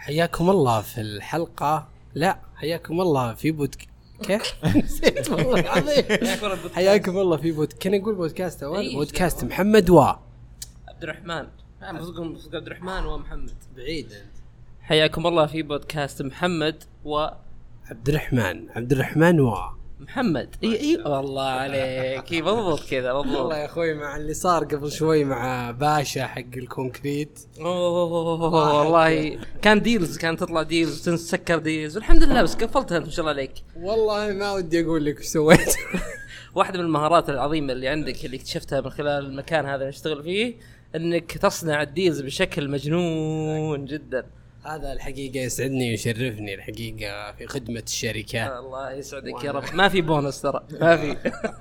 حياكم الله في الحلقة. لا حياكم الله في كيف؟ نسيت والله العظيم. حياكم الله في كنا نقول بودكاست أول بودكاست محمد عبد الرحمن. مفروض عبد الرحمن ومحمد بعيد. حياكم الله في بودكاست محمد عبد الرحمن محمد. اي والله عليك. بالضبط كذا بالضبط. والله يا اخوي مع اللي صار قبل شوي مع باشا حق الكونكريت. والله كان ديلز، كانت تطلع ديلز تنسكر ديلز والحمد لله، بس قفلتها انت ما شاء الله عليك. والله ما ودي اقول لك ايش سويت. واحدة من المهارات العظيمة اللي عندك اللي اكتشفتها من خلال المكان هذا اللي نشتغل فيه انك تصنع الديلز بشكل مجنون جدا. هذا الحقيقة يسعدني ويشرفني الحقيقة في خدمة الشركات. الله يسعدك يا رب. ما في بونص ترى، ما في.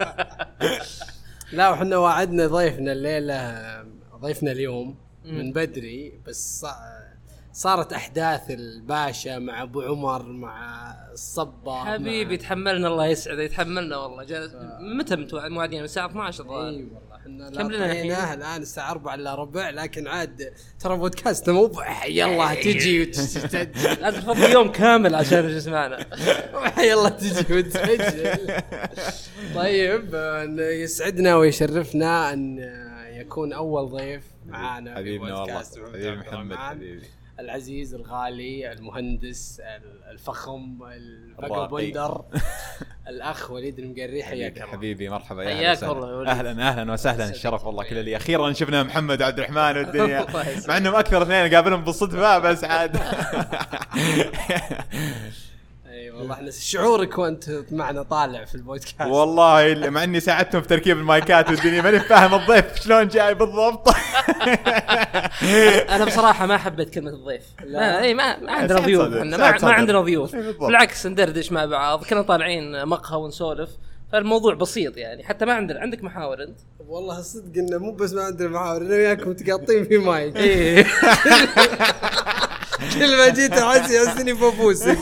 لا وحنا وعدنا ضيفنا الليلة، ضيفنا اليوم من بدري، بس صارت أحداث الباشا مع أبو عمر مع الصبة. حبيبي تحملنا، الله يسعده يتحملنا والله. متى موعدين؟ من الساعة 12 الظاهر. اي والله احنا لاقيناه الآن الساعة 4 إلا ربع، لكن عاد ترى بودكاست مو يلا تجي وتسجل. لازم تفضل يوم كامل عشان تسمعنا. يلا تجي وتسجل. طيب يسعدنا ويشرفنا أن يكون أول ضيف معانا في بودكاست محمد حبيبي العزيز الغالي المهندس الفخم البندر الأخ وليد المقري. حياك الله حبيبي. مرحبا حياك الله. أهلا وسهلا. الشرف والله كل اللي أخيرا شفنا محمد وعبد الرحمن والدنيا. مع أنهم أكثر اثنين قابلهم بالصدفة بس عاد. والله احنا شعورك وانت معنا طالع في البودكاست. والله مع اني ساعدتهم في تركيب المايكات والدنيا ماني فاهم الضيف شلون جاي بالضبط. انا بصراحه ما حبيت كلمه الضيف. ما عندنا ضيوف، ما عندنا ضيوف. بالعكس ندردش مع بعض، كنا طالعين مقهى ونسولف، فالموضوع بسيط يعني. حتى ما عندك محاور انت. والله صدق انه مو بس ما عندنا محاور، انا وياكم تقاطين في مايك. كل ما جيت احسني بفوسك.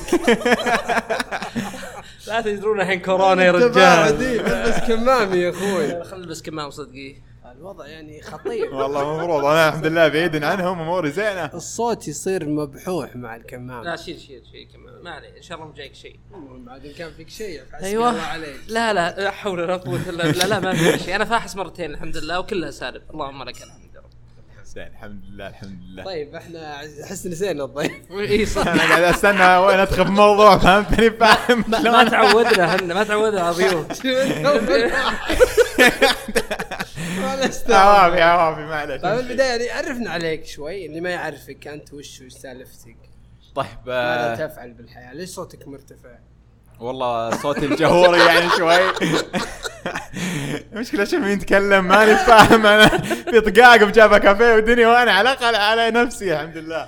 لا تدرون الحين كورونا يا رجال. بس كمامي يا اخوي. خل بس كمام صدقي. الوضع يعني خطير. والله مفروض انا الحمد لله بعيد عنهم اموري زينه. الصوت يصير مبحوح مع الكمام. لا شيل كمام ما عليه، ان شاء الله ما جايك شيء. بعدين كان فيك شيء. ايوه عليك. لا حول ولا قوه الا بالله. لا ما في شيء. انا فاحص مرتين الحمد لله وكلها سالب. اللهم لك الحمد. الحمد لله. طيب احنا احس نسينا الضيف. اي صح. انا قاعد استنى وين ادخل بموضوع فهمتني. فاهم ما تعودنا ما تعودنا على ضيوف. عوافي معلش. طيب البداية يعني عرفنا عليك شوي، اللي ما يعرفك انت وش سالفتك. طيب ماذا تفعل بالحياة؟ ليش صوتك مرتفع؟ والله صوتي الجهوري يعني شوي. مشكلة شو مين يتكلم ماني فاهم. أنا في طقاق بجابة كافيه والدنيا وأنا على الأقل على نفسي الحمد لله.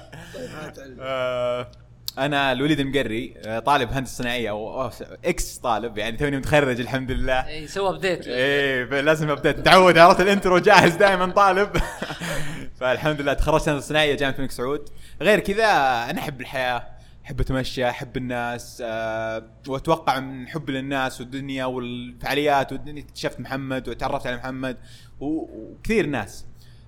أنا الوليد المقري، طالب هندسة صناعية أو إكس طالب يعني، توني متخرج الحمد لله. إيه سوى أبديت. إيه لازم أبديت. تعود عرفت الانترو جاهز دائما طالب. فالحمد لله تخرجت هندسة صناعية جامعة الملك سعود. غير كذا أنا أحب الحياة، أحب أتمشى، أحب الناس، وأتوقع من حب للناس والدنيا والفعاليات والدنيا اكتشفت محمد وتعرفت على محمد وكثير ناس.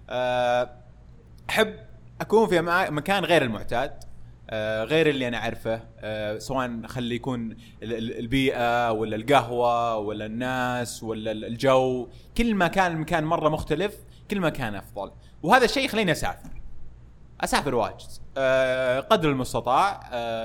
أحب أكون في مكان غير المعتاد، غير اللي أنا أعرفه، سواء خلي يكون البيئة ولا القهوة ولا الناس ولا الجو. كل ما كان المكان مرة مختلف كل ما كان أفضل، وهذا الشيء يخليني أسافر واجد قدر المستطاع.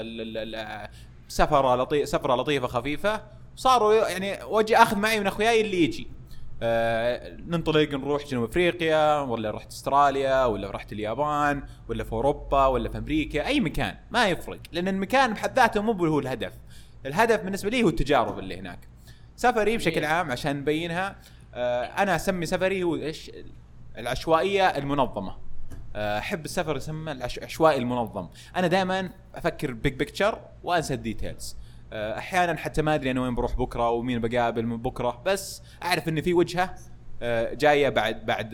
سفرة لطيفة خفيفة. صاروا يعني وجي أخذ معي من أخوياي اللي يجي ننطلق نروح جنوب أفريقيا، ولا رحت أستراليا، ولا رحت اليابان، ولا في أوروبا، ولا في أمريكا. أي مكان ما يفرق، لأن المكان بحد ذاته مو هو الهدف. الهدف بالنسبة لي هو التجارب اللي هناك. سفري بشكل عام عشان نبينها، أنا أسمي سفري هو إيش؟ العشوائية المنظمة. أحب السفر يسمى العشوائي المنظم. أنا دائما أفكر بيج بيكتشر وأنسى الديتيلز. أحيانا حتى ما أدري أنا وين بروح بكرة ومين بقابل من بكرة، بس أعرف إن في وجهة جاية بعد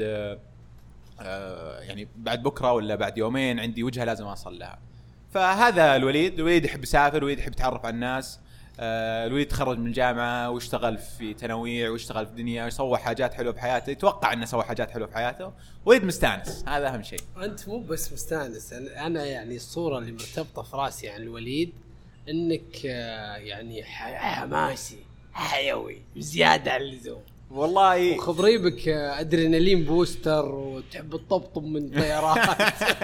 يعني بعد بكرة ولا بعد يومين عندي وجهة لازم أصل لها. فهذا الوليد يحب يسافر، الوليد يحب يتعرف على الناس. الوليد تخرج من الجامعه واشتغل في تنويع واشتغل في الدنيا وسوى حاجات حلوه بحياته، يتوقع انه سوى حاجات حلوه في حياته، وليد مستانس، هذا اهم شيء. انت مو بس مستانس، انا يعني الصوره اللي مرتبطه في راسي عن الوليد انك يعني حماسي حيوي زياده عن اللزوم والله، وخضري بك ادرينالين بوستر وتحب تطبطب من طيارات.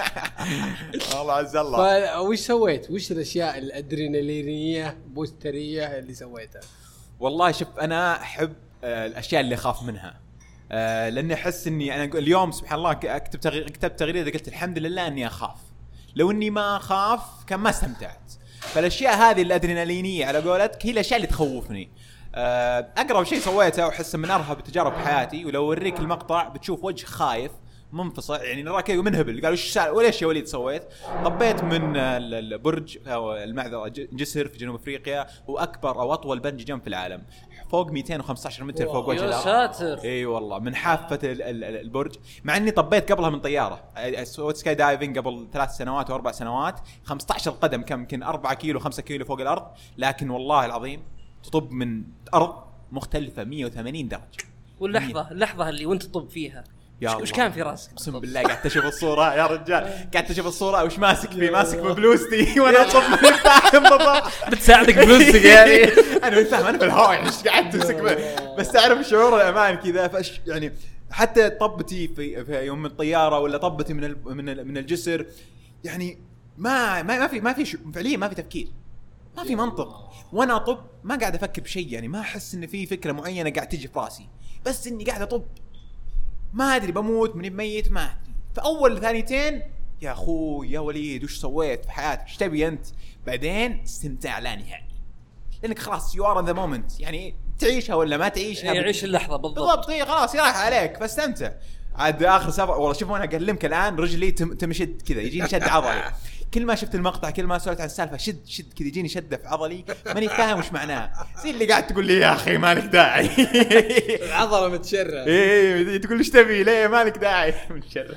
والله عز الله. فوش سويت؟ وش الاشياء الادرينالينيه بوستريه اللي سويتها؟ والله شوف، انا احب الاشياء اللي اخاف منها، لاني احس اني انا اليوم سبحان الله كتبت تغريده قلت الحمد لله اني اخاف، لو اني ما اخاف كان ما استمتعت. فالاشياء هذه الادرينالينيه على قولتك هي الاشياء اللي تخوفني. اقرب شيء سويته وحس من ارهب التجارب بحياتي، ولو اوريك المقطع بتشوف وجه خايف منفصل، يعني نراك منهبل. قالوا ايش وليش يا وليد سويت؟ طبيت من البرج او المعذره جسر في جنوب افريقيا، واكبر او اطول بنجي جمب في العالم، فوق 215 متر فوق وجه الارض. يا ساتر. اي والله، من حافه البرج، مع اني طبيت قبلها من طياره. سويت سكاي دايفنج قبل 3 سنوات و4 سنوات، 15 قدم، كم يمكن 4 كيلو 5 كيلو فوق الارض، لكن والله العظيم تطب من ارض مختلفه 180 درجه. واللحظه اللي وانت تطب فيها وش كان في راسك؟ اقسم بالله قاعد تشوف الصوره يا رجال، قاعد تشوف الصوره وش ماسك فيه، ماسك ببلوستي وانا اطب من فاهم بالضبط. بتساعدك بلوستك يعني. انا مش فاهم، انا في الهواء يعني ايش قاعد تمسك، بس تعرف شعور الامان كذا. يعني حتى طبتي في يوم من الطياره، ولا طبتي من الجسر، يعني ما في فعليا ما في تفكير، ما في منطق. وانا اطب ما قاعد افكر بشيء، يعني ما احس ان في فكره معينه قاعد تجي في راسي، بس اني قاعد اطب ما ادري بموت من ميت، ما ادري. فاول ثانيتين يا اخوي يا وليد وش سويت في حياتك، ايش تبي انت؟ بعدين استمتاع لا نهائي، لانك خلاص يو ار ان ذا مومنت، يعني تعيشها ولا ما تعيشها، يعيش اللحظه بالضبط. خلاص يراح عليك، فاستمتع. عاد اخر سفر والله، شوفوا انا اكلمك الان رجلي تمشد كذا، يجيني شد عضلي كل ما شفت المقطع، كل ما سولت عن السالفه شد كذا يجيني شده في عضلي، ماني فاهم وش معناه. زي اللي قاعد تقول لي يا اخي مالك داعي. العضله متشرة. ايه تقول ايش تبي، ليه مالك داعي متشرة.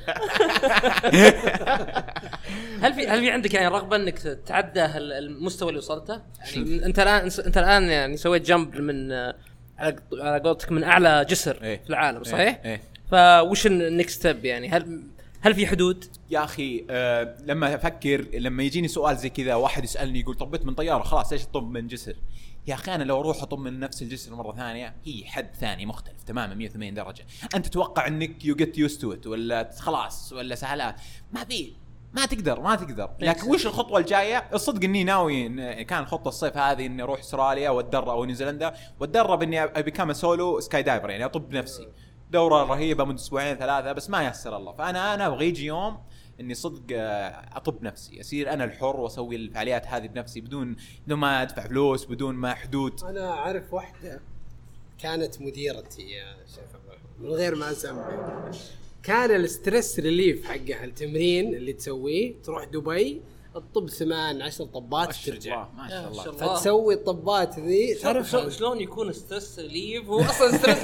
هل في عندك يعني رغبه انك تتعدى المستوى اللي وصلته؟ يعني انت الان يعني سويت جمب من على قولتك من اعلى جسر في العالم، صحيح؟ فوش النكست ستيب يعني؟ هل في حدود يا اخي؟ لما افكر، لما يجيني سؤال زي كذا، واحد يسالني يقول طبيت من طياره، خلاص ليش تطب من جسر؟ يا اخي انا لو اروح اطب من نفس الجسر مره ثانيه، هي حد ثاني مختلف تماما 180 درجه. انت تتوقع انك يو جيت يوست تو ات، ولا خلاص، ولا سهلات، ما تقدر. لكن وش الخطوه الجايه؟ الصدق اني ناوي، كان الخطه الصيف هذه اني اروح استراليا واتدرب، او نيوزيلندا واتدرب اني ابيكام سولو سكاي دايفر، يعني اطب بنفسي. دورة رهيبة من 2-3 بس ما يسر الله. فأنا أبغى يجي يوم إني صدق أطب نفسي، أصير أنا الحر وأسوي الفعاليات هذه بنفسي بدون ما أدفع فلوس، بدون ما حدود. أنا أعرف واحدة كانت مديرتي يا شيخ من غير ما أسمي، كان الستريس ريليف حقها التمرين اللي تسويه، تروح دبي الطب 8-10 طبات ترجع. ما شاء الله. فتسوي الطبات ذي. تعرف شلون يكون ستريس ريليف؟ هو اصلا ستريس.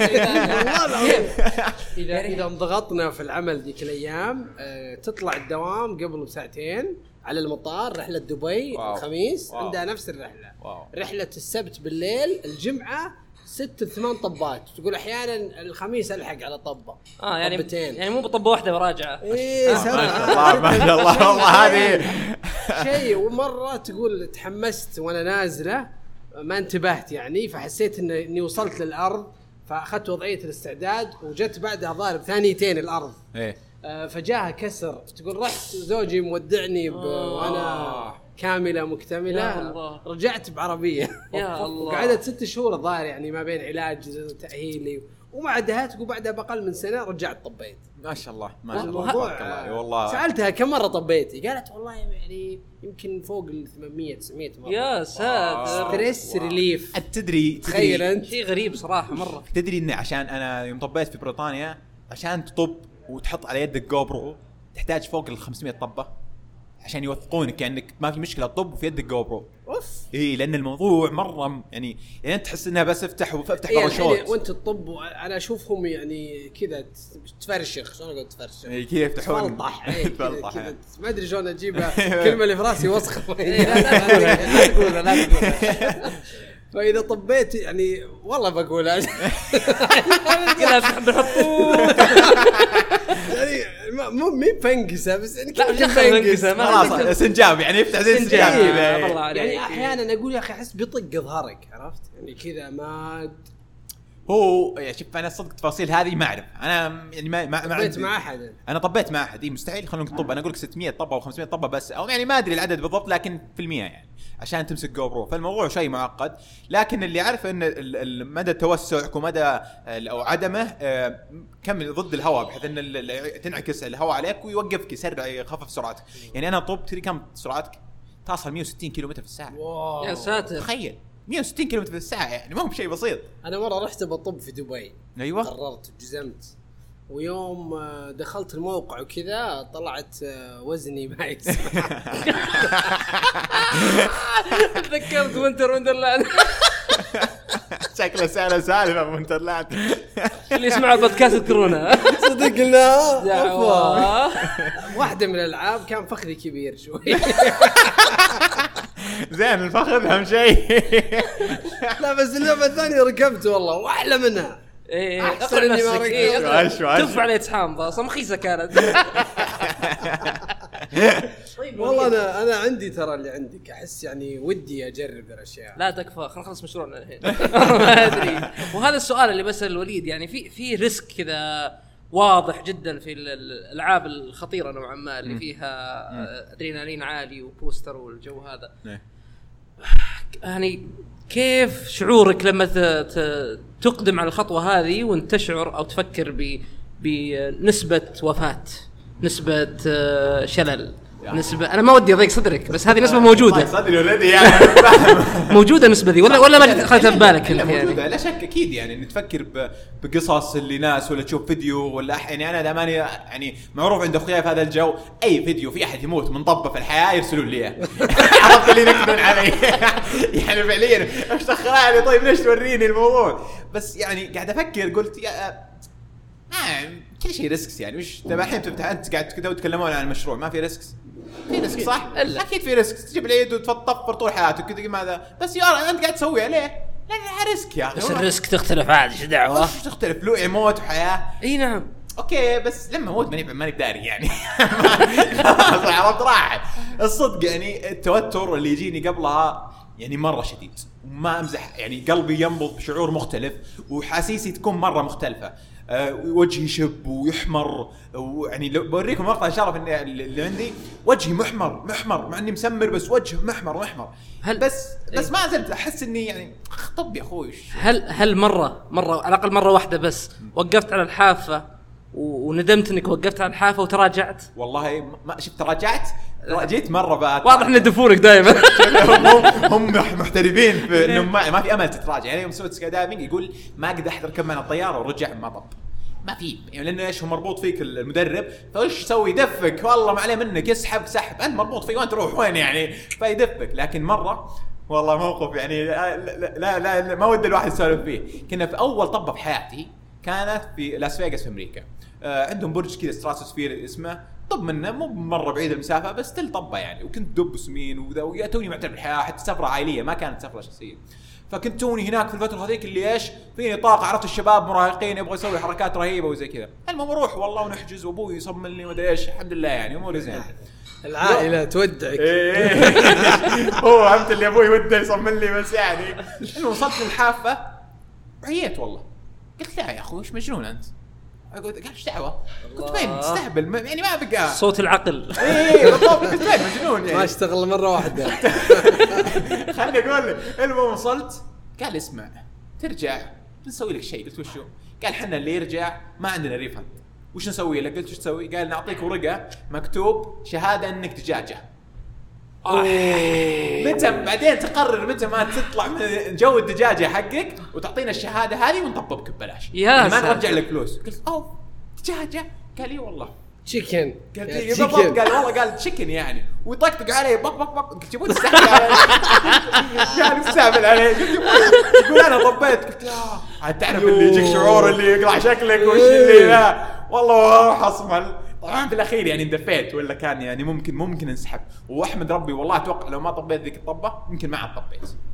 اذا انضغطنا في العمل ذيك الايام، تطلع الدوام قبل بساعتين على المطار، رحله دبي الخميس عندها نفس الرحله. رحله السبت بالليل، الجمعه 6-8 طبات. تقول احيانا الخميس الحق على طبه يعني طبتين، يعني مو بطبه واحده وراجعه. ايه ما شاء الله والله هذه شيء. ومره تقول تحمست وانا نازله ما انتبهت يعني، فحسيت اني وصلت للارض، فاخذت وضعيه الاستعداد، وجت بعدها ضارب ثانيتين الارض. فجاها كسر. تقول رحت زوجي مودعني وانا كامله مكتمله، رجعت بعربيه. يا الله. وقعدت 6 شهور الظاهر يعني ما بين علاج تاهيلي، وبعدها تقول بعدها بأقل من سنه رجعت طبيت. ما شاء الله ما شاء الله. والله سالتها كم مره طبيتي؟ قالت والله يعني يمكن فوق ال 800-900 مره. يا ساتر. ستريس ريليف. تدري تخيل انت شيء غريب صراحه مره. تدري ان عشان انا يوم طبيت في بريطانيا، عشان تطب وتحط على يدك جو برو تحتاج فوق ال 500 طبه عشان يوثقونك يعني انك ما في مشكله تطب وفي يدك جو برو. اي لان الموضوع مره يعني انت تحس انها بس افتح باراشوت وانت تطب. انا اشوفهم يعني كذا تفرشخ. شلون اقول تفرشخ؟ كيف يفتحون فلطح كذا ما ادري شلون اجيبها. كلمه اللي في راسي وسخه. لا تقول فاذا طبيت يعني والله بقول كذا بحطوه يعني مو فنقسه بس يعني لا فنقسه خلاص سنجاب يعني يفتح زي السنجاب يعني احيانا اقول يا اخي احس بيطق ظهرك عرفت يعني كذا ما هو يعني شوف انا صدق تفاصيل هذه ما اعرف انا يعني ما طبيت مع احد انا طبيت مع احد مستحيل خلونا نطب انا اقول لك 600 طبه او 500 طبه بس او يعني ما ادري العدد بالضبط لكن في المية يعني عشان تمسك جو برو فالموضوع شيء معقد لكن اللي عارف ان مدى توسعك ومدى او عدمه كم ضد الهواء بحيث ان تنعكس الهواء عليك ويوقفك يسرع يخفف سرعتك يعني انا طب تدري كم سرعتك تصل 160 كيلومتر في الساعه يا ساتر تخيل 160 كيلومتر في الساعه يعني ما هو بشيء بسيط انا مره رحت بطب في دبي ايوه قررت جزمت ويوم دخلت الموقع وكذا طلعت وزني ما يسمع تذكرت وينترلاند شكله سالفه وينترلاند اللي يسمعوا البودكاست يذكرونها صدق لا دعوة واحدة من الألعاب كان فخذي كبير شوي زين الفخذ أهم شيء لا بس اللعبة الثانية ركبت والله وأحلى منها اقرأ نفسك ترفع عليه تحام اصلا مخيسه كانت والله انا عندي ترى اللي عندك احس يعني ودي اجرب الاشياء لا تكفى خلينا نخلص مشروعنا الحين ما ادري وهذا السؤال اللي بسأل الوليد يعني في ريسك كذا واضح جدا في الالعاب الخطيره نوعا ما اللي فيها ادرينالين عالي وبوستر والجو هذا يعني كيف شعورك لما تقدم على الخطوة هذه وانت تشعر أو تفكر بنسبة وفاة نسبة شلل نسبة أنا ما ودي أضيق صدرك بس هذه نسبة موجودة صدري ولدي يعني موجودة النسبة دي ولا ما خلتها في بالك لا موجودة لا شك أكيد يعني نتفكر بقصص اللي ناس ولا تشوف فيديو ولا يعني أنا داماني يعني معروف عند أخوياي في هذا الجو أي فيديو في أحد يموت من طبة في الحياة يرسلون لي عرفت اللي ينكدون علي يعني فعليا إيش دخلها لي طيب ليش توريني الموضوع بس يعني قاعد أفكر قلت يا كل شيء ريسكس يعني مش تبع الحين تفتح أنت قاعد كذا وتكلمون عن المشروع ما في ريسكس في ريسك صح اكيد في ريسك تجيب العيد وتطفر طول حياتك كذا ماذا بس يا انت قاعد تسويها ليه لانها ريسك يا اخي بس الريسك تختلف عادي ايش دعوه ايش تختلف له موت وحياه اي نعم اوكي بس لما موت ماني بداري يعني عرفت راح الصدق يعني التوتر اللي يجيني قبلها يعني مره شديد وما امزح يعني قلبي ينبض بشعور مختلف وحاسيسي تكون مره مختلفه وجهي يشب ويحمر ويعني لو بوريكم مقطع ان شاء الله اللي عندي وجهي محمر مع اني مسمر بس وجه محمر بس ما زلت احس اني يعني طب يا اخوي هل مره على الاقل مره واحده بس وقفت على الحافه وندمت انك وقفت على الحافه وتراجعت والله ما شفت تراجعت جيت مره بقى واضح ان يدفونك دائما هم محترفين في انه ما في امل تتراجع يعني يوم سويت سكاي دايفنج يقول ما قد احد ركب معنا الطياره ورجع ما طب ما في يعني لانه ايش هو مربوط فيك المدرب فايش يسوي يدفك والله ما عليه منك يسحب سحب انت مربوط فيه وانت تروح وين يعني فيدفك لكن مره والله موقف يعني لا ما ودي الواحد يسولف فيه كنا في اول طبه في حياتي كانت في لاس فيغاس في امريكا عندهم برج كذا ستراتوسفير اسمه طب منه مو مره بعيد المسافه بس تل طبه يعني وكنت دب سمين وذا توني معترف بالحياه حتى سفره عائليه ما كانت سفره شخصيه فكنت توني هناك في الفتره هذيك اللي ايش فيني طاقه عرفت الشباب مراهقين يبغوا يسوي حركات رهيبه وزي كذا المهم اروح والله ونحجز وابوي يصمم لي وما ادري ايش الحمد لله يعني اموري زين العائله تودعك هو فهمت اللي ابوي وده يصمم لي بس يعني المهم وصلت للحافه عييت والله قلت لا يا اخوي ايش مجنون انت اقول قال ايش دعوه كنت باين تستهبل يعني ما بقى صوت العقل بالضبط كنت باين مجنون يعني ما اشتغل مره واحده خلني اقول لك المهم وصلت قال اسمع ترجع نسوي لك شيء قلت وشو قال حنا اللي يرجع ما عندنا ريفند وش نسوي لك قلت وش تسوي قال نعطيك ورقه مكتوب شهاده انك دجاجه متى بعدين تقرر متى ما تطلع من جو الدجاجه حقك وتعطينا الشهاده هذه ونطببك ببلاش يعني ما نرجع لك فلوس قلت اوه دجاجه قال لي والله تشيكن قال لي بالضبط قال والله قال تشيكن يعني ويطقطق علي بق قلت يبون تستهبل علي قال تستهبل علي قلت يقول انا طبيت قلت لا تعرف اللي يجيك شعور اللي يقلع شكلك وش اللي لا والله حصمل طبعا في الاخير يعني اندفيت ولا كان يعني ممكن انسحب واحمد ربي والله اتوقع لو ما طبيت ذيك الطبه يمكن ما عاد طبيت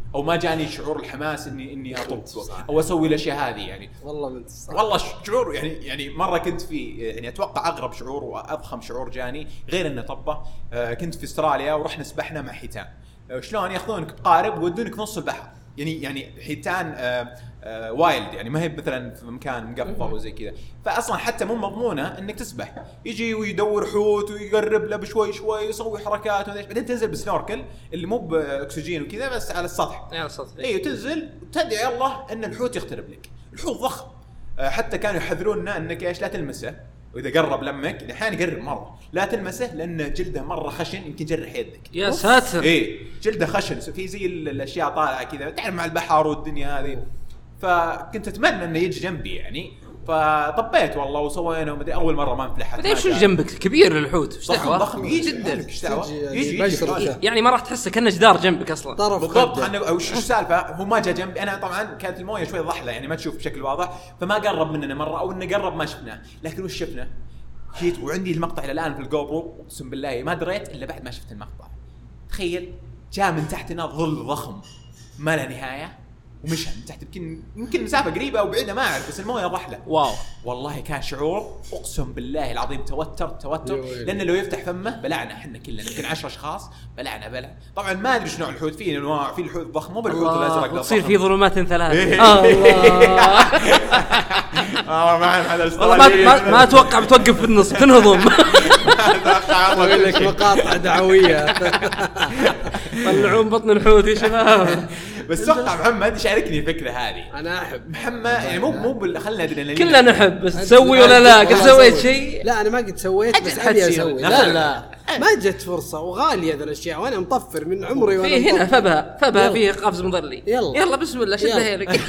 او ما جاني شعور الحماس اني اطب او اسوي الاشياء هذه يعني. والله من صح. والله شعور يعني مره كنت في يعني اتوقع اغرب شعور واضخم شعور جاني غير انه طبه. كنت في استراليا ورحنا سبحنا مع حيتان. شلون ياخذونك بقارب ويودونك نص البحر يعني حيتان وايلد يعني ما هي مثلا في مكان مقفل وزي كذا. فاصلا حتى مو مضمونه انك تسبح. يجي ويدور حوت ويقرب له بشوي شوي يسوي حركات بعدين تنزل بسنوركل اللي مو باكسجين وكذا بس على السطح. على السطح اي تنزل وتدعي الله ان الحوت يقترب لك. الحوت ضخم. حتى كانوا يحذروننا انك ايش لا تلمسه واذا قرب لمك احيانا يقرب مره لا تلمسه لان جلده مره خشن يمكن يجرح يدك. يا ساتر. اي جلده خشن في زي الاشياء طالعه كذا تعرف مع البحر والدنيا هذه. فكنت اتمنى انه يجي جنبي يعني. فطبيت والله وسوينا ومدري اول مره ما انفلحت. ايش جنبك كبير الحوت ضخم جدا يجي يعني ما راح تحسه كانه جدار جنبك اصلا بالضبط. او وش السالفه هو ما جاء جنبي انا طبعا كانت المويه شوي ضحله يعني ما تشوف بشكل واضح فما قرب مننا مره او انه قرب ما شفناه. لكن وش شفنا جيت وعندي المقطع الى الان في الجوبرو اقسم بالله ما دريت الا بعد ما شفت المقطع. تخيل جاء من تحتنا ظل ضخم ما له نهايه ومشى من تحت يمكن مسافه قريبه او بعيده ما اعرف بس المويه ضحله. واو والله كان شعور اقسم بالله العظيم توتر لانه لو يفتح فمه بلعنا احنا كلنا يمكن 10 اشخاص بلعنا. طبعا ما ادري شنو الحوت فيه انواع في الحوت الضخم مو بالحوت الازرق ده تصير في ظلمات ثلاث. الله ما اتوقع بتوقف في النص تنهضم. اقول لك مقاطع دعويه طلعون بطن الحوت يا شباب. بس اتوقع محمد يشاركني الفكره هذه. انا احب محمد يعني مو خلنا ادرينالين كلنا نحب بس تسوي ولا لا قد سويت شيء. لا انا ما قد سويت بس ابي اسوي. لا ما جت فرصه وغاليه هذه الاشياء وانا مطفر من عمري وانا في هنا فبها فيه قفز مظلي. يلا بسم الله شد حيلك.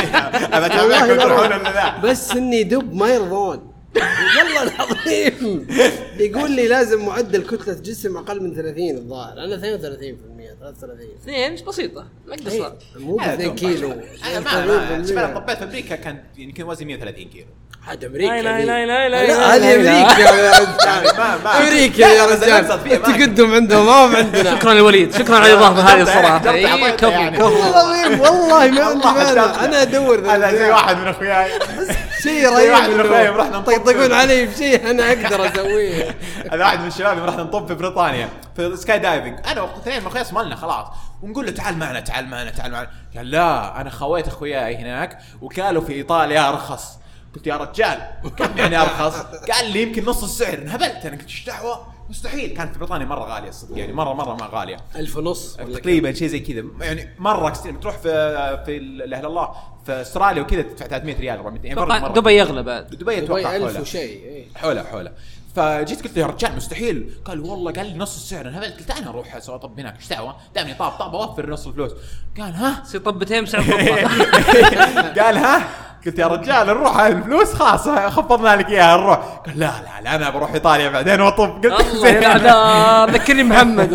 بس اني دب ما يرضون والله العظيم. يقول لي لازم معدل كتلة جسم أقل من 30 الظاهر. أنا 32% 33 2 مش بسيطة ما قصر مو 2 كيلو. أنا طبيت في أمريكا كان يمكن وزني 130 كيلو. هذا أمريكا. لا هذه أمريكا يا رجال. أمريكا يا رجال. تقدم عندهم ما عندنا. شكرا لوليد شكرا على الإضافة هذه الصراحة. كفو والله ما عندي مانع. أنا أدور هذا زي واحد من أخوياي شيء رهيب رحنا يطقطقون علي بشيء انا اقدر اسويه. هذا واحد من الشباب رحنا نطب في بريطانيا في سكاي دايفنج انا واثنين من اخويا مالنا خلاص ونقول له تعال معنا قال لا انا خويت اخوياي هناك وكالوا في ايطاليا ارخص. قلت يا رجال كم يعني ارخص؟ قال لي يمكن نص السعر. انهبلت انا قلت ايش دعوه مستحيل. كانت في بريطانيا مره غاليه الصدق يعني مره ما غاليه 1500 تقريبا شيء زي كذا يعني مره كثير. تروح في لا الله في استراليا وكذا تدفع 300 ريال 400 دبي يغلى بعد. دبي اتوقع 1000 وشيء حوله. فجيت قلت له يا رجال مستحيل. قال والله قال لي نص السعر. انا قلت انا اروح اسوي اطب هناك ايش دعوه دامني طاب اوفر نص الفلوس. قال ها سي طبتين بسعر طبه. قال ها قلت يا رجال نروح هاي الفلوس خلاص خفضنا لك اياها نروح. قال لا انا بروح ايطاليا بعدين واطب. قلت الله ذكرني محمد.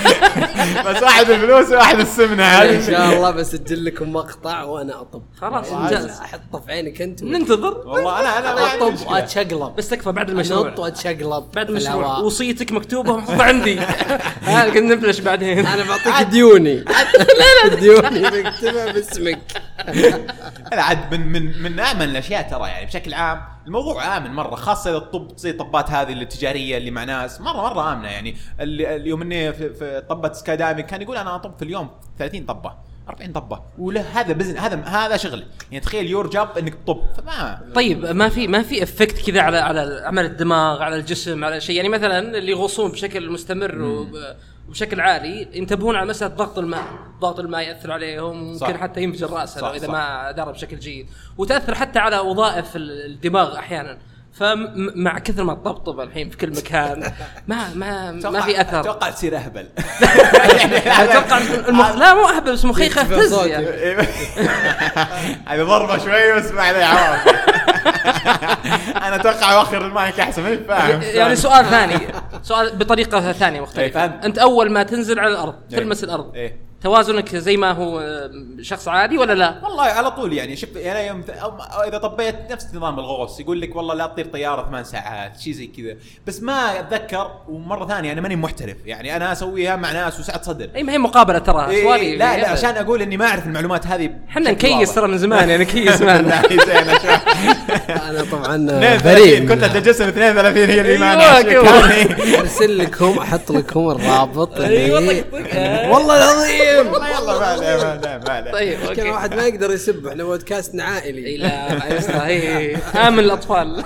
بس واحد الفلوس وواحد السمنه هذه ان شاء الله بسجل لكم مقطع وانا اطب خلاص انجاز. احطه في عينك انت ننتظر. والله انا اطب واتشقلب بس تكفى بعد المشروع. انط واتشقلب بعد المشروع وصيتك مكتوبه ومحطوطه عندي. ها قد نبلش بعدين. انا بعطيك ديوني. لا ديوني مكتوبه باسمك. لا عاد من امن الاشياء ترى يعني بشكل عام الموضوع امن مره خاصه اذا الطب زي الطبات هذه التجاريه اللي مع ناس مره امنه يعني. اليوم اني في طبه سكاي دايفنج كان يقول انا اطب في اليوم 30 طبه 40 طبه وله هذا بزنس هذا شغل يعني. تخيل يور جاب انك تطب فما طيب ما في افكت كذا على عمل الدماغ على الجسم على شيء يعني مثلا اللي يغوصون بشكل مستمر وبشكل عالي ينتبهون على مسألة ضغط الماء يأثر عليهم ممكن حتى ينفجر رأسه لو إذا ما دار بشكل جيد وتأثر حتى على وظائف الدماغ أحيانا. فمع كثر ما تطبطب الحين في كل مكان ما في أثر. أتوقع تصير أهبل. أتوقع لا مو أهبل بس مخي خفز يعني. هذا ضربة شوي بس ما عليه عوام. أنا أتوقع أوخر المايك أحسن ما فاهم. يعني سؤال بطريقة ثانية مختلفة. أنت أول ما تنزل على الأرض تلمس الأرض توازنك زي ما هو شخص عادي ولا لا؟ والله على طول يعني شوف انا يوم اذا طبيت نفس نظام الغوص يقول لك والله لا تطير طياره 8 ساعات شيء زي كذا، بس ما اتذكر. ومره ثانيه انا ماني محترف يعني انا اسويها مع ناس وسعه صدر. اي ما هي مقابله ترى سوالي. لا عشان اقول اني ما اعرف المعلومات هذه. احنا نكيس ترى من زمان يعني كيس معنا. انا طبعا بريء كنت اتجسم 32 هي اللي ما ارسل لكم احط لكم الرابط. والله العظيم والله طيب كان واحد ما يقدر يسب. احنا بودكاست عائلي. لا هي امن الاطفال.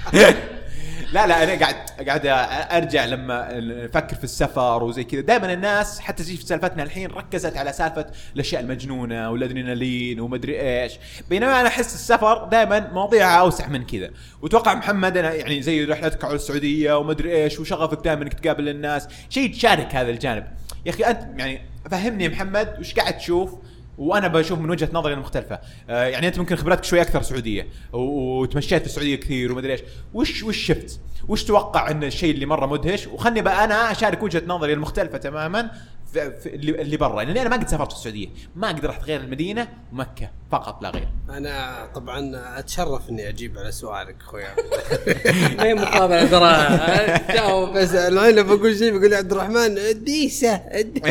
لا انا قاعد ارجع لما نفكر في السفر وزي كذا. دائما الناس حتى زي في سالفتنا الحين ركزت على سالفه الاشياء المجنونه والادرينالين ومدري ايش، بينما انا احس السفر دائما مواضيعها اوسع من كذا. وتوقع محمد انا يعني زي رحلتك على السعوديه ومدري ايش وشغفك دائما انك تقابل الناس، شيء تشارك هذا الجانب. يا اخي انت يعني فهمني محمد وش قاعد تشوف وانا بشوف من وجهه نظري المختلفه. يعني انت ممكن خبرتك شوي اكثر سعوديه وتمشيت في السعوديه كثير وما ادري ايش، وش شفت وش توقع ان الشيء اللي مره مدهش؟ وخلني بقى انا اشارك وجهه نظري المختلفه تماما في اللي برا، لان انا ما قد سافرت في السعوديه، ما اقدر رحت غير المدينه ومكه فقط لا غير. انا طبعا اتشرف اني اجيب على سؤالك اخويا. ما هي مقابله ترى جاوب. بس الحين بقول شيء بيقول عبد الرحمن الديسه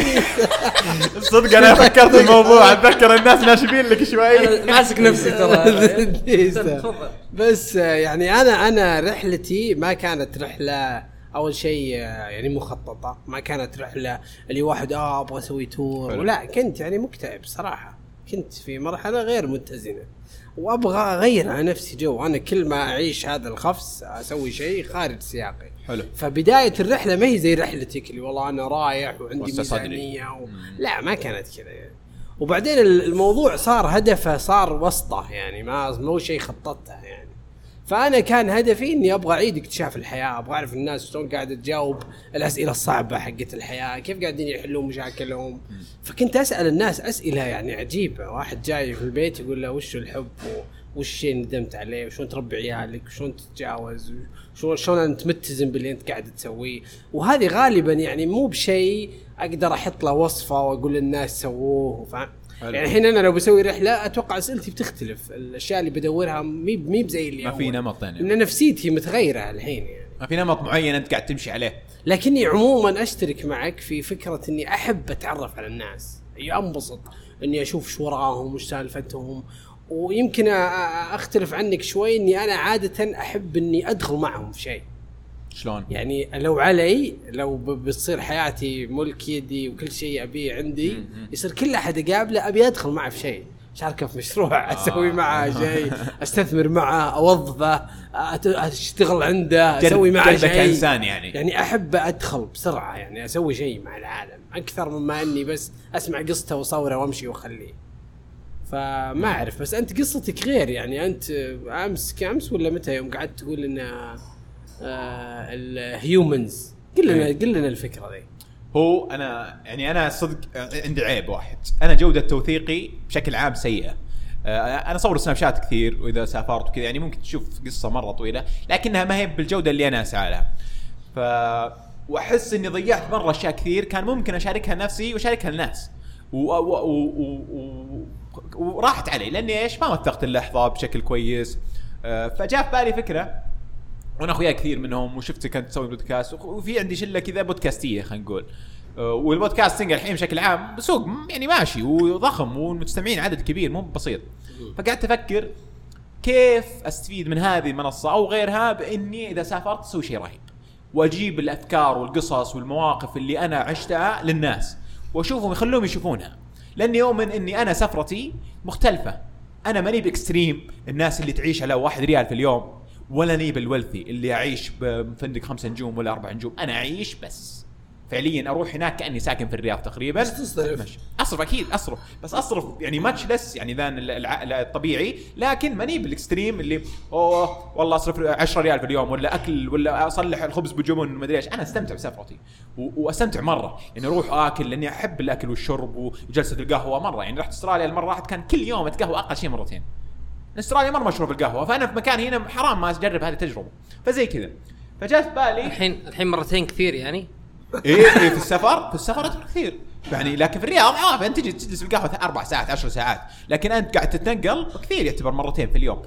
صدق انا فكرت الموضوع. اتذكر الناس ناشبين لك شوي. ماسك نفسي ترى. بس يعني انا رحلتي ما كانت رحله اول شيء يعني مخططه، ما كانت رحله اللي واحد ابغى اسوي تور ولا. كنت يعني مكتئب صراحه، كنت في مرحله غير متزنه وابغى اغير على نفسي جو. انا كل ما اعيش هذا الخفس اسوي شيء خارج سياقي. حلو. فبدايه الرحله ما هي زي رحلتك اللي والله انا رايح وعندي ميزانيه لا ما كانت كذا يعني. وبعدين الموضوع صار هدفه صار وسطه يعني ما مو شيء خططته يعني. فأنا كان هدفي إني أبغى أعيد اكتشاف الحياة، أبغى أعرف الناس شلون قاعدة تجاوب الأسئلة الصعبة حقت الحياة، كيف قاعدين يحلون مشاكلهم. فكنت أسأل الناس أسئلة يعني عجيبة. واحد جاي في البيت يقول له وش الحب وش الشيء ندمت عليه وشون تربي عيالك وشون تتجاوز وشون أنت متزن باللي أنت قاعد تسويه. وهذه غالبا يعني مو بشيء أقدر أحط له وصفة وأقول للناس سووه. يعني الحين انا لو بسوي رحله اتوقع اسئلتي بتختلف، الاشياء اللي بدورها مي بزي اللي ما في نمط يعني. ان نفسيتي متغيره الحين يعني ما في نمط معين انت قاعد تمشي عليه. لكني عموما اشترك معك في فكره اني احب اتعرف على الناس، انبسط اني اشوف شو وراهم وش سالفتهم. ويمكن اختلف عنك شوي اني انا عاده احب اني ادخل معهم في شيء. شلون يعني لو علي لو بتصير حياتي ملك يدي وكل شيء أبيه عندي يصير كل أحد أقابله أبي أدخل معه في شيء، شاركه في مشروع أسوي معه شيء، أستثمر معه، أوظفه، أشتغل عنده، أسوي معه شيء كإنسان يعني أحب أدخل بسرعة يعني أسوي شيء مع العالم أكثر مما أني بس أسمع قصته وصوره وأمشي وأخليه. فما أعرف. بس أنت قصتك غير يعني. أنت أمس ولا متى يوم قعدت تقول إن الهيومنز قل لنا الفكرة ذي. هو أنا صدق عندي عيب واحد، أنا جودة توثيقي بشكل عام سيئة. أنا صور سناب شات كثير وإذا سافرت وكذا يعني ممكن تشوف قصة مرة طويلة لكنها ما هي بالجودة اللي أنا أسعى لها. وأحس إني ضيعت مرة أشياء كثير كان ممكن أشاركها نفسي وأشاركها الناس وراحت علي لأني إيش ما وثقت اللحظة بشكل كويس. فجاء في بالي فكرة وانا اخويا كثير منهم وشفت كنت تسوي بودكاست وفي عندي شله كذا بودكاستيه خلينا نقول. والبودكاستنج الحين بشكل عام بسوق يعني ماشي وضخم والمستمعين عدد كبير مو بسيط. فقعدت افكر كيف استفيد من هذه المنصه او غيرها باني اذا سافرت اسوي شيء رهيب واجيب الافكار والقصص والمواقف اللي انا عشتها للناس واشوفهم يخلوهم يشوفونها. لاني يؤمن اني انا سفرتي مختلفه، انا ماني باكستريم الناس اللي تعيش على 1 ريال في اليوم ولا نيب الولثي اللي أعيش بفندق 5 نجوم ولا 4 نجوم. أنا أعيش بس فعليا أروح هناك كأني ساكن في الرياض تقريبا. أصرف أكيد أصرف بس أصرف يعني ماتش لس يعني ذا الطبيعي. لكن ماني بالإكستريم اللي والله أصرف 10 ريال في اليوم ولا أكل ولا أصلح الخبز بجبن ما أدري إيش. أنا أستمتع بسفرتي وأستمتع مرة يعني أروح آكل لأني أحب الأكل والشرب وجلسة القهوة مرة. يعني رحت أستراليا المرة واحد كان كل يوم أتقهوى أقل شيء مرتين. استراليا مرة مشهور بالقهوة فأنا في مكان هنا حرام ما أجرب هذه التجربة. فزي كذا فجاء في بالي الحين مرتين كثير يعني ايه في السفر اتبر كثير يعني. لكن في الرياض عارف انت تجي تجلس بالقهوه 4 ساعات 10 ساعات، لكن انت قاعد تتنقل كثير يعتبر مرتين في اليوم.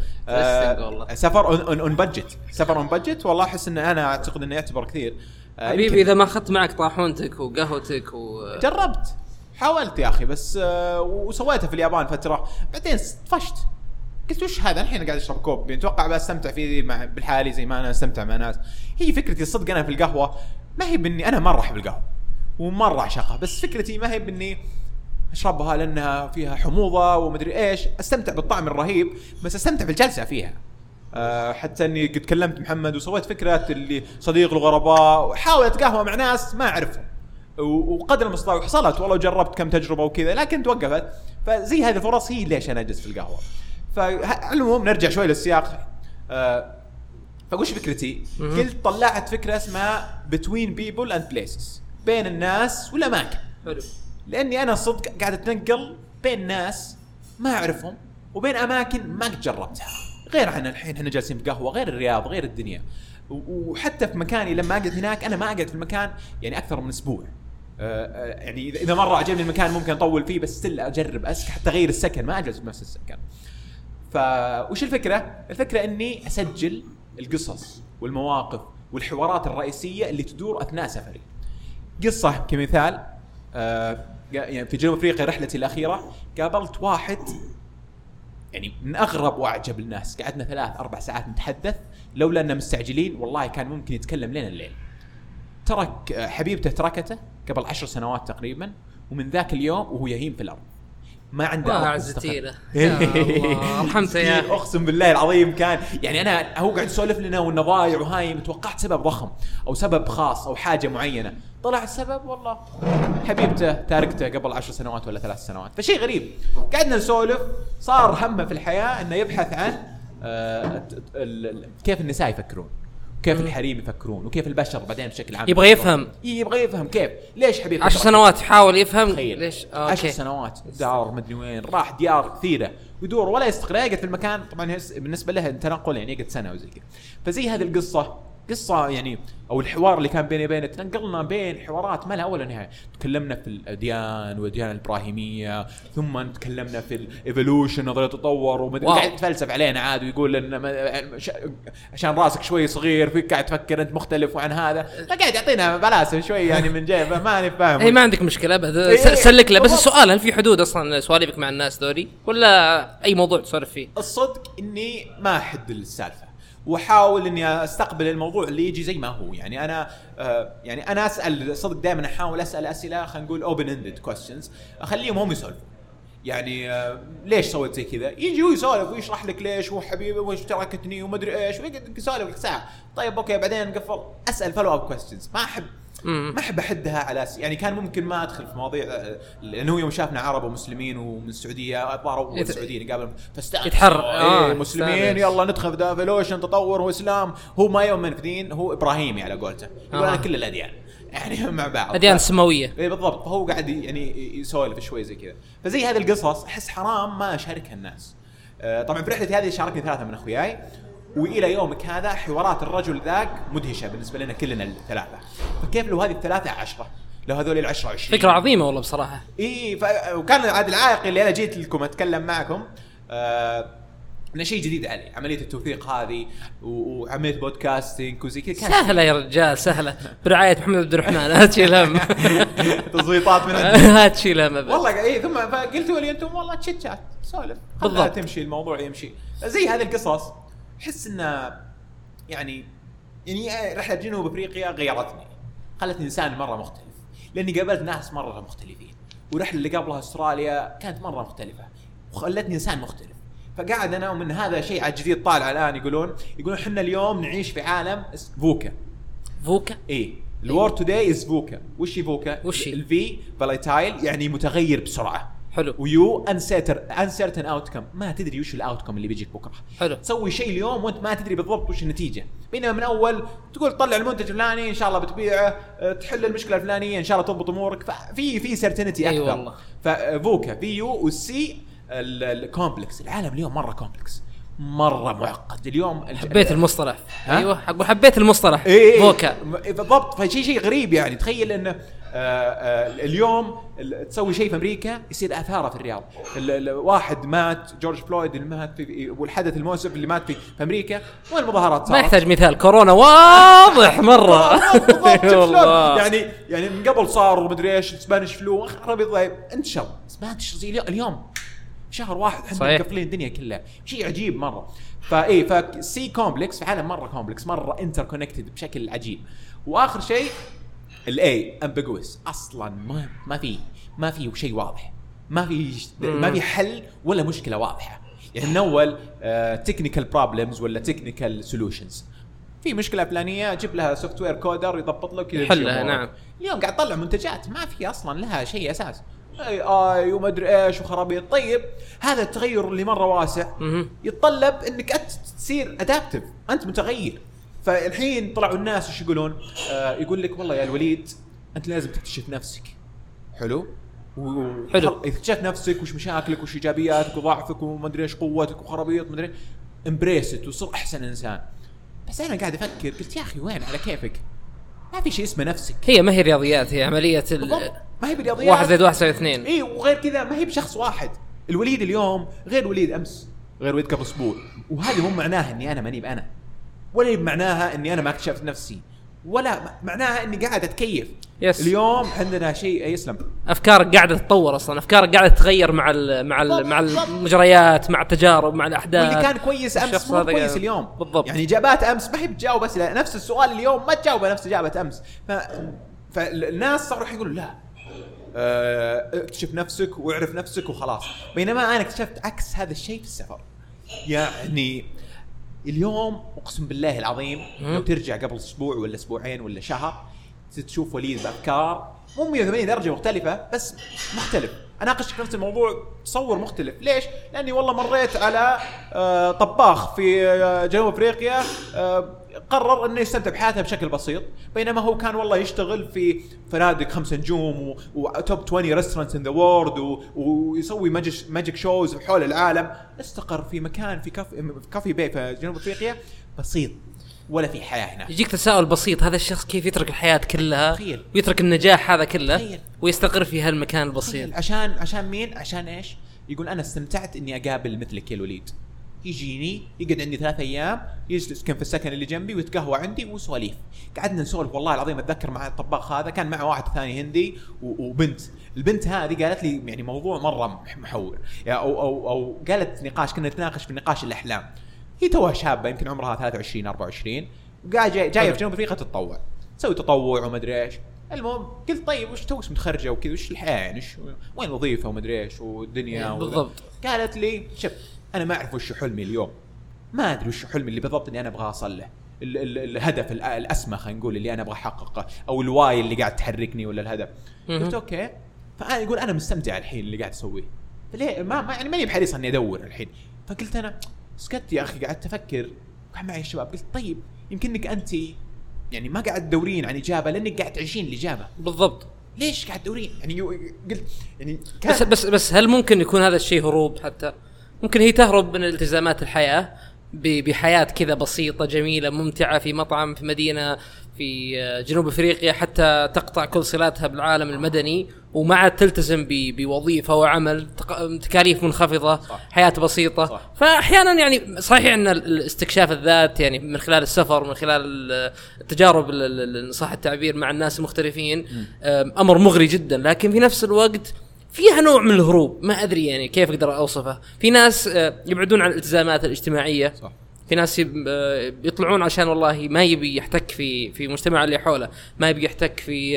سفر اون بادجت والله احس ان انا اعتقد انه يعتبر كثير. حبيبي اذا ما اخذت معك طاحونتك وقهوتك جربت حاولت يا اخي بس وسويتها في اليابان فتره، بعدين طفشت قلت وش هذا الحين قاعد اشرب كوب اتوقع بستمتع فيه مع بالحالي زي ما انا استمتع مع ناس. هي فكرتي الصدق انا في القهوه ما هي باني انا مره احب القهوه ومره اعشقها، بس فكرتي ما هي باني اشربها لانها فيها حموضه ومدري ايش. استمتع بالطعم الرهيب بس استمتع بالجلسه فيها. حتى اني قد كلمت محمد وسويت فكره اللي صديق الغرباء وحاولت قهوه مع ناس ما اعرفهم وقدر المستطاع وحصلت والله وجربت كم تجربه وكذا لكن توقفت. فزي هذه الفرص هي ليش انا اجلس في القهوه. فالمهم نرجع شوي للسياق. فوش فكرتي؟ قلت طلعت فكره اسمها between people and places، بين الناس والاماكن. حلو. لاني انا صدق قاعد اتنقل بين ناس ما اعرفهم وبين اماكن ما قد جربتها، غير عن الحين احنا جالسين في قهوه، غير الرياض، غير الدنيا. وحتى في مكاني لما اقعد هناك انا ما اقعد في المكان يعني اكثر من اسبوع. يعني اذا مره عجبني المكان ممكن اطول فيه، بس ستيل اجرب حتى اغير السكن، ما اجلس بنفس السكن. فوش الفكره اني اسجل القصص والمواقف والحوارات الرئيسيه اللي تدور اثناء سفري. قصه كمثال يعني في جنوب افريقيا رحلتي الاخيره قابلت واحد يعني من اغرب واعجب الناس، قعدنا 3-4 ساعات نتحدث، لولا اننا مستعجلين والله كان ممكن يتكلم لنا الليل. ترك حبيبته تركته قبل 10 سنوات تقريبا، ومن ذاك اليوم وهو يهيم في الارض ما عنده عزتيله. رحمته يا اخي اقسم بالله العظيم. كان يعني انا هو قاعد يسولف لنا وانه ضايع وهايم، توقعت سبب ضخم او سبب خاص او حاجه معينه، طلع السبب والله حبيبته تاركته قبل 10 سنوات ولا 3 سنوات. فشيء غريب. قعدنا نسولف، صار همه في الحياه انه يبحث عن كيف النساء يفكرون، كيف الحريم يفكرون، وكيف البشر بعدين بشكل عام يبغى يفهم كيف ليش حبيبي 10 سنوات يحاول يفهم ليش 10 سنوات دار مدري وين، راح ديار كثيره ويدور ولا يستقر، يقعد في المكان. طبعا بالنسبه له التنقل يعني يقعد سنه وزي كذا. فزي هذه قصة يعني او الحوار اللي كان بيني وبينه، تنقلنا بين حوارات ما لها اول نهايه. تكلمنا في الاديان والديانه الابراهيميه، ثم تكلمنا في الايفولوشن، نظريه التطور، ومدري قاعد يتفلسف علينا عاد ويقول ان عشان راسك شوي صغير فيك قاعد تفكر انت مختلف عن هذا، فقاعد يعطينا بلاسه شوي يعني من جيبه ما نفهم. اي ما عندك مشكله ابدا، سلك له. بس السؤال هل في حدود اصلا سوالفك مع الناس ذولي ولا اي موضوع تسولف فيه؟ الصدق اني ما احد السالفه، وحاول اني استقبل الموضوع اللي يجي زي ما هو. يعني انا يعني انا اسال صدق دائما، احاول اسال اسئله خلينا نقول اوبن اندد كويستشنز، اخليهم هم يسولفوا. يعني ليش سويت زي كذا، يجي هو يسولف ويشرح لك ليش، وحبيبي وش تركتني ومدري ايش، ويقعد يسولف لك ساعه. طيب اوكي بعدين نقفل، اسال فولو اب كويستشنز. ما احب احدها على يعني كان ممكن ما ادخل في مواضيع، لانه يوم شافنا عرب ومسلمين ومن السعوديه ضاروا السعوديين قبل يتحرر مسلمين يلا ندخل في دافلوشن تطور واسلام. هو ما يؤمن في دين، هو ابراهيمي على قولته، يقول انا كل الاديان يعني مع بعض اديان سماويه. اي بالضبط. فهو قاعد يعني يسولف شوي زي كذا. فزي هذه القصص احس حرام ما اشاركها الناس. طبعا في رحلتي هذه شاركني 3 من اخوياي، والى يومك هذا حوارات الرجل ذاك مدهشه بالنسبه لنا كلنا الثلاثه. فكيف لو هذه ال3 10، لو هذول ال10 20؟ فكره عظيمه والله بصراحه. وكان عاد العائق اللي انا جيت لكم اتكلم معكم إنه شيء جديد علي، عملية التوثيق هذه وعملية بودكاستينج وزي كذا. سهلة يا رجال، سهلة برعاية محمد عبد الرحمن. هاتشيل هم تضبيطات من هاتشيل هم والله. ثم فقلتوا لي أنتم والله تشات سولف بالضبط، تمشي الموضوع يمشي. زي هذه القصص حس إنه يعني رحلة جنوب أفريقيا غيرتني، خلتني إنسان مرة مختلف، لأني قابلت ناس مرة مختلفين. ورحلة اللي قبلها أستراليا كانت مرة مختلفة وخلتني إنسان مختلف. فقاعد انا ومن هذا شيء جديد طالع الان، يقولون احنا اليوم نعيش في عالم فوكا. ايه الوور توداي از فوكا. وش فوكا؟ الفي فولايتايل يعني متغير بسرعه. حلو. ويو انسرتن اوتكم، ما تدري وش الاوتكم اللي بيجيك بكره. حلو. تسوي شيء اليوم وانت ما تدري بالضبط وش النتيجه، بينما من اول تقول طلع المنتج الفلاني ان شاء الله بتبيعه، تحل المشكله الفلانيه ان شاء الله تضبط امورك. ففي سيرتينتي اكثر. والله. ففوكا في يو والسي الكومبلكس. العالم اليوم مره كومبلكس، مره معقد اليوم. حبيت المصطلح. ايوه اقول حبيت المصطلح. فوكا بالضبط. فشي شيء غريب يعني. تخيل انه اليوم تسوي شيء في امريكا يصير اثاره في الرياض. واحد مات، جورج فلويد اللي مات في، والحدث المؤسف اللي مات في امريكا، والمظاهرات صارت. ما يحتاج مثال، كورونا واضح مره. يعني من قبل صار ومدري ايش سبانيش فلو عربي انتشر سبانيش اليوم شهر واحد احنا مقفلين الدنيا كلها. شيء عجيب مره. فسي كومبلكس في عالم مره كومبلكس، مره انتر كونكتد بشكل عجيب. واخر شيء الاي امبيجوس اصلا ما في شيء واضح، ما في حل ولا مشكله واضحه. يعني من اول تكنيكال بروبلمز ولا تكنيكال سولوشنز. في مشكله فلانيه جيب لها سوفت وير كودر يضبط لك يحلها. نعم اليوم قاعد تطلع منتجات ما في اصلا لها شيء اساس، اي وما ادري ايش وخرابيط. طيب هذا التغير اللي مره واسع يتطلب انك انت تصير ادابتيف، انت متغير. فالحين طلعوا الناس ايش يقولون؟ يقول لك والله يا الوليد انت لازم تكتشف نفسك. حلو اكتشف نفسك وش مشاكلك وش ايجابياتك وضعفك وما ادري ايش قوتك وخرابيط ما ادري، امبريست وصير احسن انسان. بس انا قاعد افكر قلت يا اخي وين على كيفك؟ ما في شيء اسمه نفسك. هي ما هي رياضيات، هي عمليه ما هي برياضيات. 1+1=2. اي وغير كذا ما هي بشخص واحد. الوليد اليوم غير وليد امس، غير وليد قبل اسبوع. وهذه مو معناها اني انا ماني بانا، ولا معناها اني انا ما اكتشفت نفسي، ولا معناها اني قاعد اتكيف. اليوم عندنا شيء يسلم، افكارك قاعده تتطور اصلا، افكارك قاعده تتغير مع المجريات، مع التجارب، مع الاحداث. واللي كان كويس امس مو كويس اليوم. بالضبط. يعني اجابات امس ما هي بتجاوب بس نفس السؤال اليوم ما تجاوب نفس اجابه امس. فالناس صاروا يقولوا لا اكتشف نفسك واعرف نفسك وخلاص. بينما انا اكتشفت عكس هذا الشيء في السفر. يعني اليوم اقسم بالله العظيم لو ترجع قبل اسبوع ولا اسبوعين ولا شهر تشوف وليد بافكار مو 180 درجه مختلفه، بس مختلف. اناقشك نفس الموضوع تصور مختلف. ليش؟ لاني والله مريت على طباخ في جنوب افريقيا قرر انه يستمتع بحياته بشكل بسيط، بينما هو كان والله يشتغل في فنادق 5 نجوم وتوب 20 ريستورانتس ان ذا وورلد ويسوي ماجيك شوز حول العالم. استقر في مكان في كافي باي في جنوب افريقيا بسيط ولا في حياه هناك. يجيك تساؤل بسيط، هذا الشخص كيف يترك الحياه كلها ويترك النجاح هذا كله ويستقر في هالمكان البسيط؟ عشان مين؟ عشان ايش؟ يقول انا استمتعت اني اقابل مثلك يا الوليد. يجيني يقعد عندي 3 أيام يسكن في السكن اللي جنبي ويتقهوى عندي وسواليف. قعدنا نسولف والله العظيم. اتذكر مع الطباخ هذا كان معه واحد ثاني هندي وبنت. البنت هذه قالت لي يعني موضوع مره محور يعني أو قالت نقاش، كنا نتناقش في نقاش الاحلام. هي توها شابه يمكن عمرها 23 24 وقاعد جايه في جنوب افريقيا تتطوع، تسوي تطوع وما ادري ايش. المهم قلت طيب وش توك متخرجه وكذا وش الحياه يعني وين الوظيفه وما ادري ايش والدنيا بالضبط. قالت لي شوف انا ما اعرف وش حلمي اليوم، ما ادري وش حلمي اللي بالضبط اني انا ابغى اصل له، الهدف الاسمى خلينا نقول اللي انا ابغى احققه او الواي اللي قاعد تحركني ولا الهدف. قلت اوكي. فانا يقول انا مستمتع الحين اللي قاعد اسويه، ليه ما يعني ماني بحريص اني ادور الحين. فقلت انا سكت يا اخي قعدت افكر معي الشباب. قلت طيب يمكنك انت يعني ما قاعد تدورين عن اجابه لانك قاعد تعيشين الاجابه. بالضبط. ليش قاعد تدورين؟ يعني قلت يعني بس هل ممكن يكون هذا الشيء هروب؟ حتى ممكن هي تهرب من التزامات الحياه بحياه كذا بسيطه جميله ممتعه في مطعم في مدينه في جنوب افريقيا، حتى تقطع كل صلاتها بالعالم المدني ومع تلتزم بوظيفه وعمل تكاليف منخفضه. صح. حياه بسيطه. صح. فاحيانا يعني صحيح ان الاستكشاف الذات يعني من خلال السفر من خلال التجارب صح التعبير مع الناس المختلفين امر مغري جدا، لكن في نفس الوقت فيها نوع من الهروب. ما ادري يعني كيف اقدر اوصفه. في ناس يبعدون عن الالتزامات الاجتماعيه. صح. في ناس يطلعون عشان والله ما يبي يحتك في مجتمع اللي حوله، ما يبي يحتك في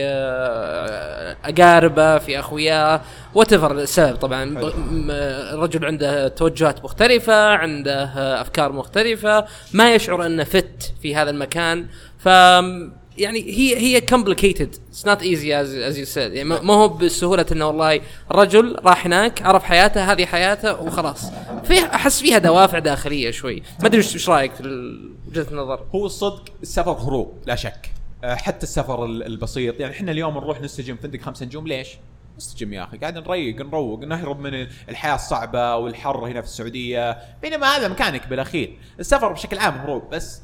أقاربه في أخوياه whatever السبب. طبعا الرجل عنده توجهات مختلفة، عنده أفكار مختلفة، ما يشعر أنه فت في هذا المكان. ف يعني هي complicated. It's not easy as you said. يعني ما هو بالسهولة إنه والله الرجل راح هناك عرف حياته هذه حياته وخلاص. أحس فيها دوافع داخلية شوي. ما أدري وش رأيك في وجهة النظر؟ هو الصدق السفر هروب لا شك. حتى السفر البسيط يعني إحنا اليوم نروح نستجم فندق 5 نجوم. ليش؟ استجم يا اخي، قاعد نروق نهرب من الحياه الصعبه والحر هنا في السعوديه، بينما هذا مكانك بالاخير. السفر بشكل عام هروب، بس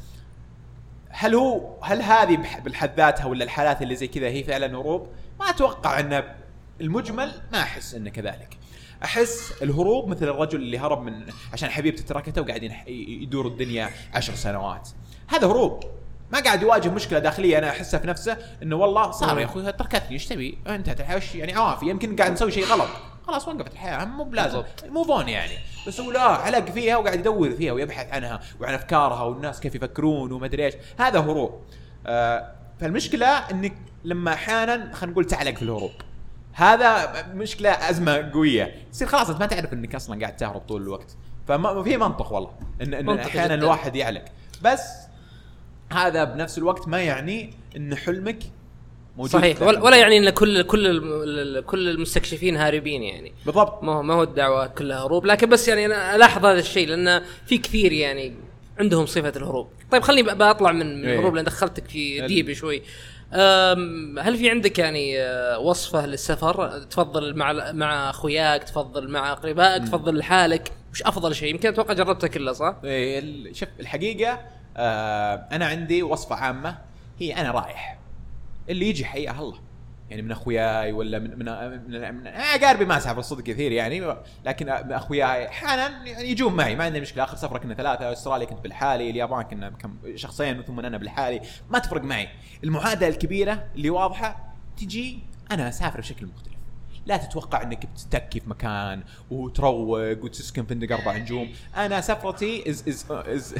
هل هذه بالحد ذاتها ولا الحالات اللي زي كذا هي فعلا هروب؟ ما اتوقع انه المجمل، ما احس انه كذلك. احس الهروب مثل الرجل اللي هرب من عشان حبيبته تركته وقاعدين يدور الدنيا 10 سنوات، هذا هروب، ما قاعد يواجه مشكله داخليه انا احسها في نفسه انه والله صار يا اخوي تركتني ايش تبي انت تحوش يعني عوافي، يمكن قاعد نسوي شيء غلط خلاص وقفت الحياه مو بلازم مو فون يعني، بس هو لا علق فيها وقاعد يدور فيها ويبحث عنها وعن افكارها والناس كيف يفكرون وما ادري ايش، هذا هروب. فالمشكله انك لما احيانا خلينا نقول تعلق في الهروب، هذا مشكله ازمه قويه، تصير خلاص انت ما تعرف انك اصلا قاعد تهرب طول الوقت. فما في منطق والله ان احيانا الواحد يعلق، بس هذا بنفس الوقت ما يعني ان حلمك موجود صحيح، ولا يعني ان كل المستكشفين هاربين يعني. بالضبط، ما هو الدعوه كلها هروب، لكن بس يعني انا الاحظ هذا الشيء لان في كثير يعني عندهم صفه الهروب. طيب خليني بطلع من الهروب لان دخلتك في ديب شوي. هل في عندك يعني وصفه للسفر تفضل مع اخوياك، تفضل مع اقربائك، تفضل لحالك؟ وش افضل شيء؟ يمكن اتوقع جربتها كلها صح؟ شوف الحقيقه انا عندي وصفه عامه، هي انا رايح اللي يجي حياه الله يعني، من اخوياي ولا من اقاربي ما اسافر الصدق كثير يعني، لكن اخوياي احيانا يعني يجون معي ما عندي مشكله. اخر سفره كنا 3، استراليا كنت بالحالي، اليابان كنا كم شخصين ثم انا بالحالي، ما تفرق معي. المعادله الكبيره اللي واضحه تجي انا اسافر بشكل مختلف، لا تتوقع انك بتتكي في مكان وتروق وتسكن فندق 4 نجوم. انا سفرتي از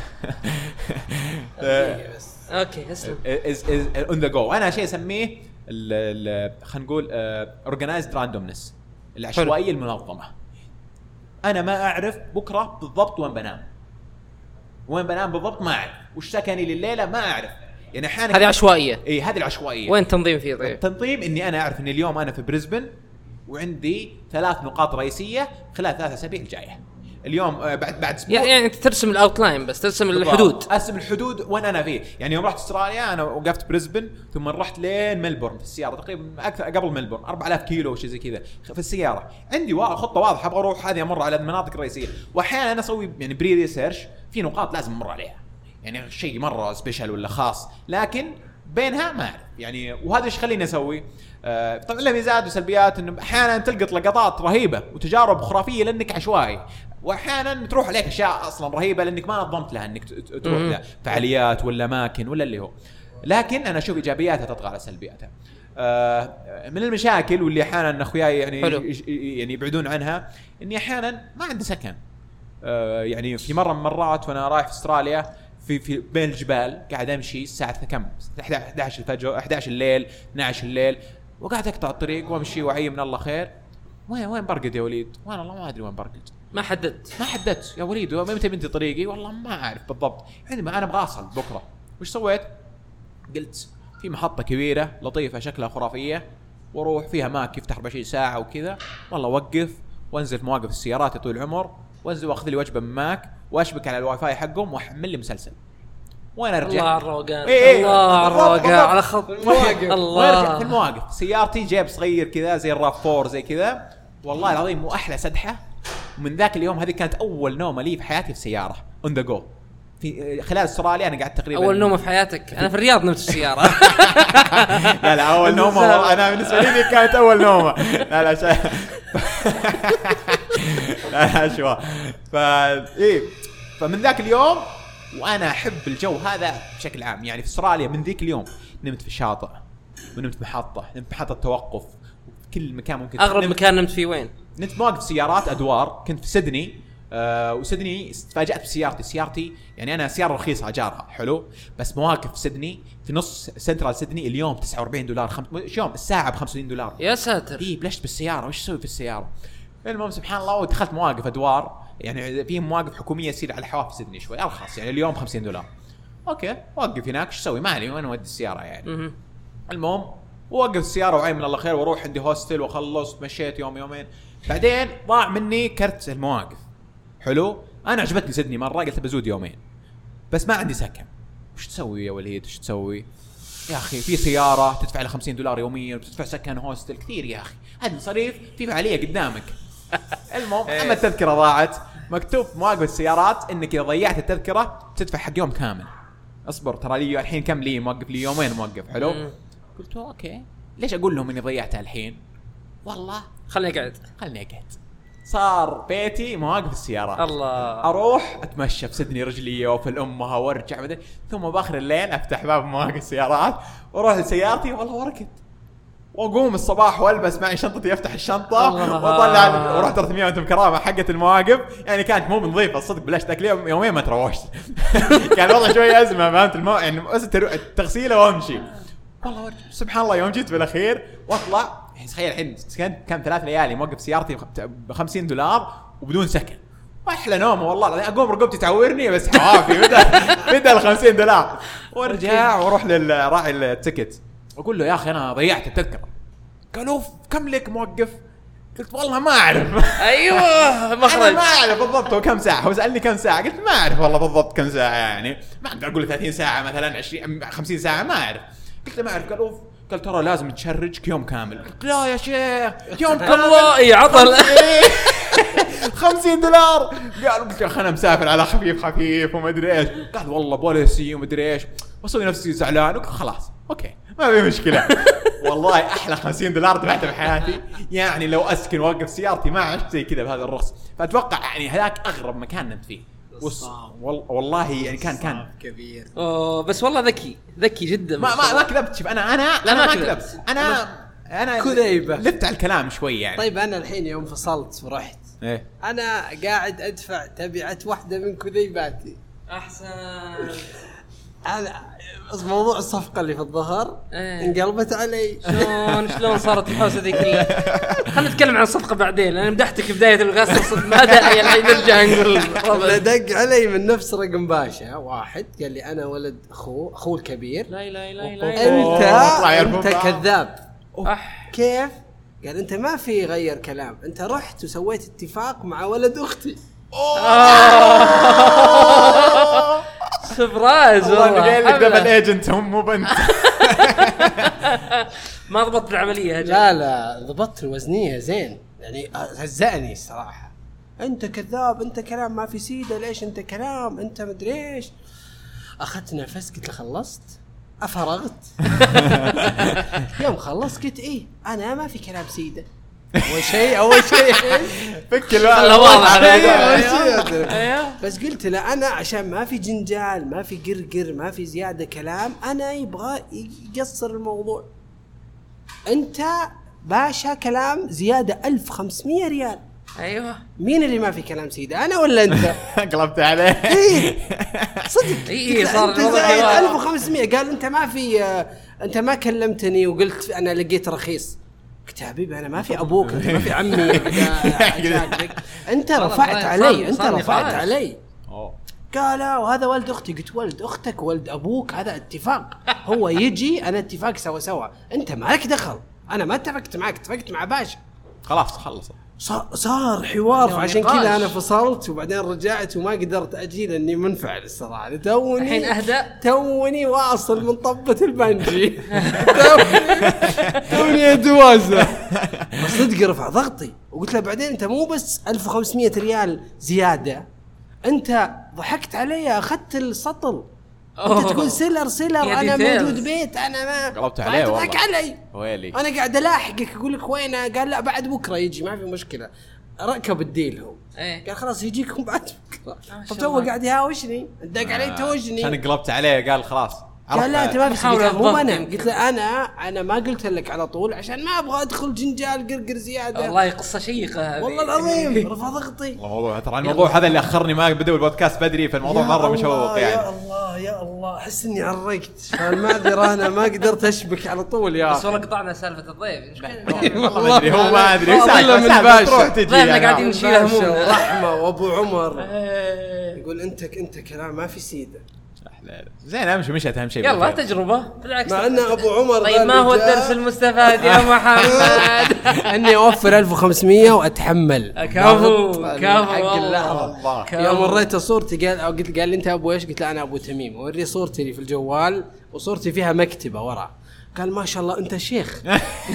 اوكي اسلم از اون ذا جو. انا شيء اسميه خلينا نقول اورجنايزد راندومنس، العشوائيه المنظمه. انا ما اعرف بكره بالضبط وين بنام بالضبط، ما اعرف وش سكني لليله، ما اعرف يعني. احيانا هذه عشوائيه. اي هذه العشوائيه. وين تنظيم فيه؟ طيب التنظيم اني انا اعرف ان اليوم انا في بريسبن وعندي 3 نقاط رئيسيه خلال 3 أسابيع الجايه. اليوم بعد اسبوع يعني انت ترسم الاوتلاين، بس ترسم الحدود، ارسم الحدود وين انا فيه. يعني يوم رحت استراليا انا وقفت بريسبن ثم رحت لين ملبورن في السياره، تقريبا اكثر قبل ملبورن 4000 كيلو شيء زي كذا في السياره. عندي خطه واضحه ابغى اروح هذه، امر على المناطق الرئيسيه، واحيانا انا اسوي يعني بري ريسيرش في نقاط لازم امر عليها يعني شيء مره سبيشال ولا خاص، لكن بينها ما اعرف يعني. وهذا ايش خليني اسوي؟ طبعا له ميزات وسلبيات، انه احيانا تلقط لقطات رهيبه وتجارب خرافيه لانك عشوائي، واحيانا تروح عليك اشياء اصلا رهيبه لانك ما نظمت لها انك تروح لها فعاليات ولا اماكن ولا اللي هو. لكن انا اشوف ايجابياتها تطغى على سلبياتها. من المشاكل واللي احيانا اخوياي يعني يبعدون عنها، اني احيانا ما عندي سكن. يعني في مره من المرات وانا رايح في استراليا في بين الجبال قاعد امشي الساعه كم 11 الفجر 11 الليل 12 الليل، وقاعد اقطع الطريق وامشي وعي من الله خير. وين برقد يا وليد؟ وانا والله ما ادري وين برقد، ما حددت يا وليد. متى بنتي طريقي؟ والله ما اعرف بالضبط. عندما انا ابغى اصل بكره وش سويت؟ قلت في محطه كبيره لطيفه شكلها خرافيه واروح فيها ماك يفتح 24 ساعه وكذا، والله اوقف وانزل في مواقف السيارات يا طويل العمر، وانزل واخذ لي وجبه من ماك واشبك على الواي فاي حقهم واحمل لي مسلسل وين ارجع. الله على الروقان، الله على الروقان، على خط الله. في المواقف سيارتي جيب صغير كذا زي الرافور زي كذا، والله العظيم مو احلى سدحه. ومن ذاك اليوم هذه كانت اول نومه لي في حياتي في السياره اون ذا جو. في خلال استراليا انا قعدت تقريبا اول نومه في حياتك. انا في الرياض نمت في السياره. لا اول نومه انا بالنسبه لي كانت اول نومه. لا شو فمن ذاك اليوم وانا احب الجو هذا بشكل عام. يعني في استراليا من ذيك اليوم نمت في الشاطئ ونمت محطه توقف، كل مكان ممكن. اغرب مكان نمت فيه وين؟ نمت مواقف سيارات ادوار. كنت في سيدني وسيدني تفاجأت بسيارتي يعني انا سياره رخيصه اجارها حلو، بس مواقف سيدني في نص سنترال سيدني اليوم $49 يوم الساعه $35. يا ساتر. بلشت بالسياره وش اسوي في السياره. المهم سبحان الله ودخلت مواقف ادوار، يعني في مواقف حكوميه يصير على حواف سيدني شوي ارخص، يعني اليوم $50. اوكي وقف هناك ايش اسوي؟ مالي وين اودي السياره يعني. المهم ووقف السياره وعين من الله خير واروح عندي هوستل واخلص. مشيت يومين بعدين ضاع مني كرت المواقف حلو. انا عجبتني سيدني مره، قلت بزود يومين بس ما عندي سكن. وش تسوي يا وليد؟ وش تسوي؟ يا اخي في سياره تدفع لها $50 يوميا وتدفع سكن هوستل كثير يا اخي هذا مصاريف في فعاليه قدامك. المهم اما التذكره ضاعت مكتوب مواقف السيارات انك اذا ضيعت التذكره تدفع حق يوم كامل. اصبر ترى لي الحين كم لي موقف لي يومين موقف حلو. قلت اوكي ليش اقول لهم اني ضيعتها الحين والله خلني اقعد صار بيتي مواقف السيارات. الله اروح اتمشى في سدني رجلي وفي الامها وارجع بعدين ثم باخر الليل افتح باب مواقف السيارات واروح لسيارتي والله واركض واقوم الصباح والبس معي شنطتي افتح الشنطه واطلع ورحت 300 كرامه حقه المواقف. يعني كانت مو نظيفه الصدق بلاش ذاك اليوم يومين ما تروشت. كان والله شويه ازمه فهمت يعني التغسيله وامشي والله سبحان الله. يوم جيت بالاخير واطلع تخيل الحين كان 3 ليالي موقف سيارتي $50 وبدون سكن. احلى نوم والله اقوم رقبتي تعورني بس حوافي بدا $50 وارجع واروح للراعي التيكت اقول له يا اخي انا ضيعت التذكره. قالوا كم لك موقف؟ قلت والله ما اعرف. ايوه مخرج انا ما اعرف بالضبط كم ساعه. هو سالني كم ساعه قلت ما اعرف والله بالضبط كم ساعه يعني ما اقدر اقول 30 ساعه مثلا 20 50 ساعه ما اعرف. قلت ما اعرف. قال ترى لازم تشرج يوم كامل. قلت لا يا شيخ يوم كامل الله يعطل $50. قلت انا مسافر على خفيف وما ادري ايش. قال والله بوليسي وما ادري ايش واسوي نفسي زعلان. قلت خلاص اوكي ما في مشكله. والله احلى $50 دفعته بحياتي. يعني لو اسكن واوقف سيارتي ما عشت زي كذا بهذا الرخص. فاتوقع يعني هذاك اغرب مكان نمت فيه. والله يعني كان كبير. بس والله ذكي جدا. ما كذبت. شوف انا ما كذبت. انا كذيبه لفت على الكلام شوي يعني. طيب انا الحين يوم فصلت ورحت إيه؟ انا قاعد ادفع تبعة واحدة من كذيباتي. احسن. انا موضوع الصفقة اللي في الظهر انقلبت علي. شلون صارت الحوسه ذي كلها؟ خلينا نتكلم عن الصفقة بعدين. انا مدحتك في بداية القصة ما داعي الحين نرجع نقول. دق علي من نفس رقم باشا واحد قال لي انا ولد اخوه الكبير. لا انت كذاب. كيف؟ قال انت ما في غير كلام. انت رحت وسويت اتفاق مع ولد اختي. سبرايز والله. قال لك دبل ايجنت هم مو بنت. ما ضبطت العمليه. لا ضبطت الوزنيه زين يعني. هزأني الصراحه. انت كذاب انت كلام ما في سيده. ليش انت كلام انت مدري ايش. اخذت نفس قلت له خلصت افرغت. يوم خلصت قلت ايه انا ما في كلام سيده. اول شيء فك الوضع واضح. بس قلت لا انا عشان ما في جنجال ما في قرقر ما في زياده كلام. انا يبغى يقصر الموضوع. انت باشا كلام زياده $1500. ايوه مين اللي ما في كلام سيده انا ولا انت؟ قلبت عليه صدق. صار الوضع 1500. قال انت ما في انت ما كلمتني وقلت انا لقيت رخيص. قلت حبيبي انا ما في ابوك انت ما في عمي انت رفعت علي. قال وهذا ولد اختي. قلت ولد اختك ولد ابوك هذا اتفاق. هو يجي انا اتفاق سوا. انت مالك دخل. انا ما اتفقت معك اتفقت مع باشا. خلاص خلص. صار حوار. فعشان كذا انا فصلت وبعدين رجعت وما قدرت اجي لاني منفعل الصراحه. الحين اهدأ. توني واصل من طبة البنجي. توني دوازة. صدق رفع ضغطي وقلت له بعدين انت مو بس $1500 زياده. انت ضحكت علي اخذت السطل. انت تقول سيلر انا موجود بيت انا ما قلبت عليه والله. تضحك علي ويلي. انا قاعد الاحقك اقول لك وينه. قال لا بعد بكره يجي ما في مشكله. ركب الديل هو. قال خلاص يجيكم بعد بكره. طب تو قاعد يهاوشني دق علي توجني. انا قلبت عليه قال خلاص. قال لا انت ما في مو انا. قلت له انا ما قلت لك على طول عشان ما ابغى ادخل جنجال قرقر زياده. والله قصه شيقه هذه والله العظيم. رفع ضغطي. الموضوع ترى الموضوع هذا اللي اخرني ما بدأ البودكاست بدري. فالموضوع مره مشوق يعني. يا الله احس اني عرقت. فالمعذره انا ما قدرت اشبك على طول يا بس والله قطعنا سالفه الضيف. والله ما ادري هو ما ادري من باشا ضيفنا قاعدين نشيل همومنا. ورحمه وابو عمر يقول انت كلام ما في سيده. زين امشي مشيت اهم شيء. يلا تجربه بالعكس. مع ان ابو عمر طيب ما هو الدرس المستفاد يا محمد؟ اني اوفر 1500 واتحمل. كفو حق اللحظه. يوم وريته صورتي قال لي انت ابو ايش؟ قلت له انا ابو تميم. وري صورتي اللي في الجوال وصورتي فيها مكتبه ورا. قال ما شاء الله انت شيخ.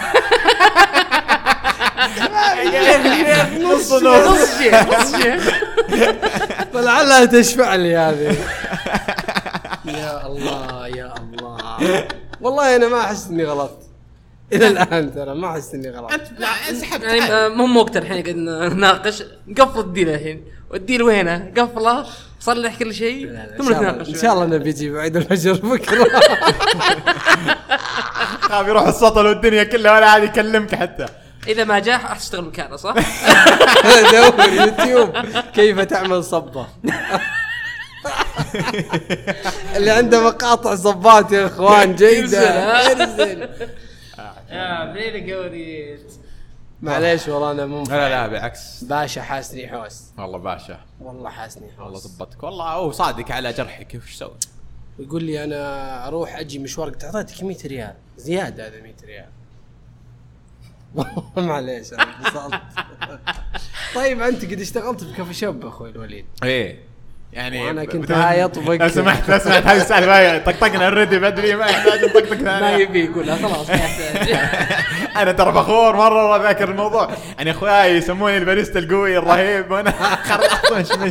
نص شيخ. فلعلها تشفع لي هذه. يا الله يا الله والله انا ما احس اني غلط الى الان، ترى ما احس اني غلط. لا اسحب يعني مو وقت الحين قاعد نناقش. قفل الديل الحين والديل وينه؟ قفله صلح كل شيء ثم نتناقش. ان شاء الله نبي نجيب عيد الفجر بكره. خاف يروح السطل والدنيا كلها ولا عاد يكلمك حتى. اذا ما جاء راح تشتغل مكانه صح؟ دور يوتيوب كيف تعمل صبة. اللي عنده مقاطع صبات يا اخوان جيدة ارسل. منين قوريت؟ معليش والله انا مو لا بالعكس باشا حاسني حوس. والله باشا والله حاسني حوس. والله ضبطك والله. هو صادق على جرحك. كيف سوي؟ ويقول لي انا اروح اجي مشوار. تعطيتك 100 ريال زيادة. هذا 100 ريال. معليش انا انبسطت. طيب انت قد اشتغلت في كافي شوب اخوي الوليد؟ ايه يعني انا كنت هايط وبك. لو سمحت هذه السالفه طقطقنا الردي بدري ما يحتاج نطقطق ثاني. ما يبي يقولها خلاص. انا ترى فخور مره ذاكر الموضوع. يعني اخوياي يسموني الباريستا القوي الرهيب وانا خلاص مش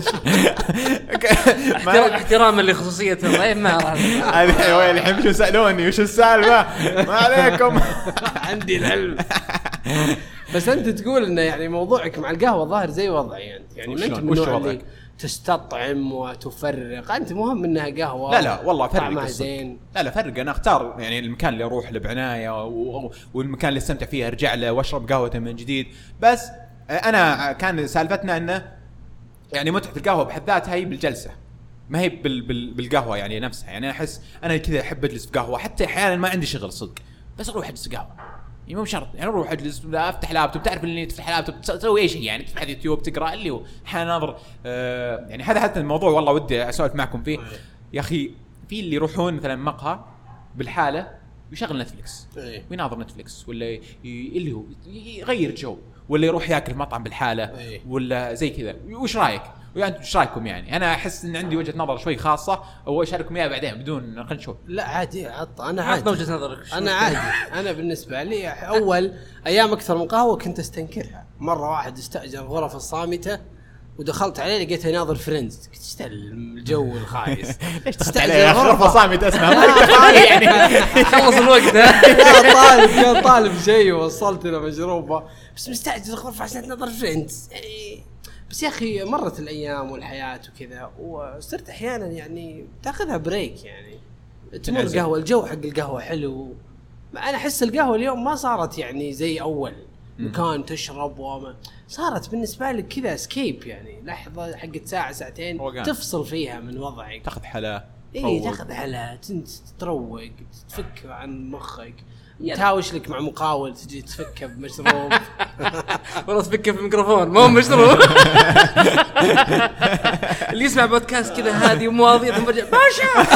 احتراما لخصوصيه الضيف ما راح. هذه وين الحين شو سالوني وش السالفه؟ ما عليكم. عندي العلم. بس انت تقول انه يعني موضوعك مع القهوه ظاهر زي وضعي انت. يعني ما انت من النوع اللي تستطعم وتفرق. انت مهم انها قهوه. لا والله فرق زين. لا فرق. انا اختار يعني المكان اللي اروح له بعنايه والمكان اللي استمتع فيه ارجع له واشرب قهوه من جديد. بس انا كان سالفتنا انه يعني متعه القهوه بحد ذاتها هي بالجلسه ما هي بالقهوه يعني نفسها. يعني احس انا كذا احب اجلس في قهوه حتى احيانا ما عندي شغل صدق بس اروح اجلس قهوه. يعني مو شرط يعني اروح اجلس افتح لابتوب. تعرف اللي تفتح لابتوب تسوي اي شيء يعني تفتح يوتيوب تقرا اللي هو احيانا ناظر يعني هذا حتى الموضوع والله ودي اسولف معكم فيه يا اخي. في اللي يروحون مثلا مقهى بالحاله يشغل نتفليكس ويناظر نتفليكس ولا اللي هو يغير جو ولا يروح ياكل في مطعم بالحاله ولا زي كذا. وش رايك؟ وانتم ايش رايكم؟ يعني انا احس ان عندي وجهه نظر شوي خاصه او اشارككم اياها بعدين بدون خلينا نشوف. لا عادي انا عادي وجهه نظرك. انا عادي. انا بالنسبه لي اول ايام اكثر من قهوه كنت استنكرها. مره واحد استاجر غرف الصامته ودخلت عليه لقيته يناظر فريندز. كنت استل الجو الخايس. ليش تستاجر غرفه صامته اسمها يعني خلص الوقت. كان طالب شيء ووصلت له مجروبه بس مستعجل غرفه عشان تناظر فريندز يعني. بس يا أخي مرت الأيام والحياة وكذا وصرت أحيانا يعني تأخذها بريك. يعني تمر قهوة الجو حق القهوة حلو. ما أنا أحس القهوة اليوم ما صارت يعني زي أول مكان تشرب وما صارت بالنسبة لك كذا اسكيب. يعني لحظة حقت ساعة ساعتين تفصل فيها من وضعك. تأخذ حلا. تأخذ حلا تروق تفك عن مخك. تهاوش لك مع مقاول تجي تفكه بمشروب. والله تفكه في الميكروفون مو مشروب. اللي يسمع بودكاست كذا هادي ومواضيع ثم رجع باشا.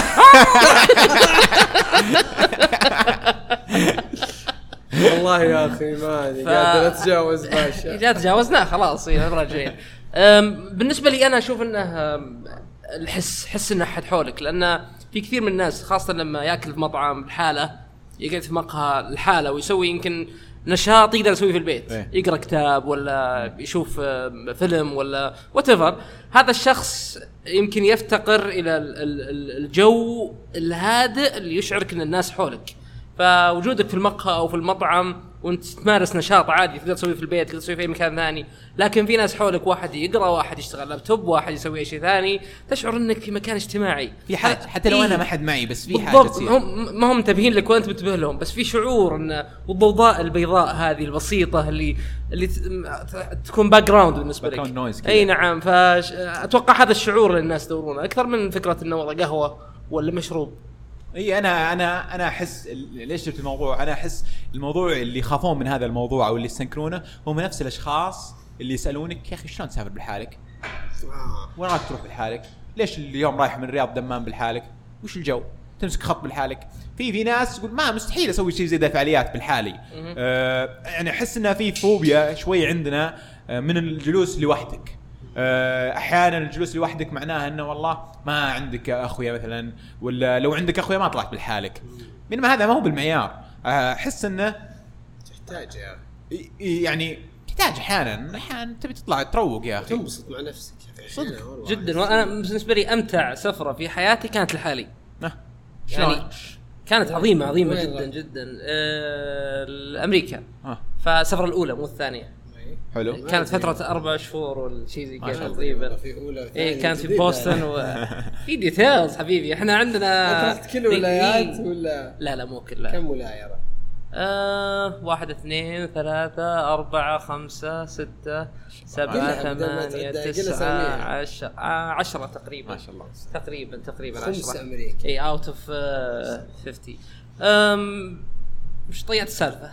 والله يا اخي ما ادري قاعد اتجاوز باشا. اذا تجاوزنا خلاص راجعين. بالنسبه لي انا اشوف انه حس انه احد حولك. لان في كثير من الناس خاصه لما ياكل في مطعم بحاله يقعد في مقهى الحالة ويسوي يمكن نشاط يقدر يسويه في البيت. يقرأ كتاب ولا يشوف فيلم ولا whatever. هذا الشخص يمكن يفتقر إلى الجو الهادئ اللي يشعرك أن الناس حولك. فوجودك في المقهى أو في المطعم وانت تمارس نشاط عادي تقدر تسويه في البيت تقدر تسويه في أي مكان ثاني. لكن في ناس حولك واحد يقرأ واحد يشتغل لابتوب واحد يسوي أي شيء ثاني. تشعر أنك في مكان اجتماعي في حاجة حتى لو أنا ما حد معي بس في حاجة تصير. ما هم منتبهين لك وأنت منتبه لهم بس في شعور أن والضوضاء البيضاء هذه البسيطة اللي تكون باك جراوند بالنسبة لك. أي نعم. فأتوقع هذا الشعور اللي الناس يدورونه أكثر من فكرة إنه والله قهوة ولا مشروب. اي انا احس ليش جبت الموضوع. انا احس الموضوع اللي يخافون من هذا الموضوع او اللي يستنكرونه هم نفس الاشخاص اللي يسالونك يا اخي شلون تسافر بالحالك؟ وين راح تروح بالحالك؟ ليش اليوم رايح من الرياض دمام بالحالك؟ وش الجو تمسك خط بالحالك. في ناس تقول ما مستحيل اسوي شيء زي ذا فعاليات بالحالي. يعني احس انها في فوبيا شوي عندنا من الجلوس لوحدك. احيانا الجلوس لوحدك معناها انه والله ما عندك اخويا مثلا، ولا لو عندك اخويا ما طلعت بالحالك. بينما هذا ما هو بالمعيار. احس انه تحتاج يعني تحتاج احيانا تبي تطلع تروق يا اخي، تنبسط مع نفسك صدق جدا. وانا بالنسبه لي امتع سفره في حياتي كانت لحالي. يعني كانت عظيمه جدا جدا. امريكا. فالسفره الاولى مو الثانيه. حلو. كانت فتره 4 شهور والشيء زي كذا تقريبا. كانت في بوسطن في ديتيلز حبيبي. احنا عندنا كل ولايات ولا لا مو كلها. كم ولايه؟ 1 2 3 4 5 6 7 8 9 10 تقريبا. ما شاء الله تقريبا 10 امريكا. اي اوت اوف 50. مش طيعت السالفه.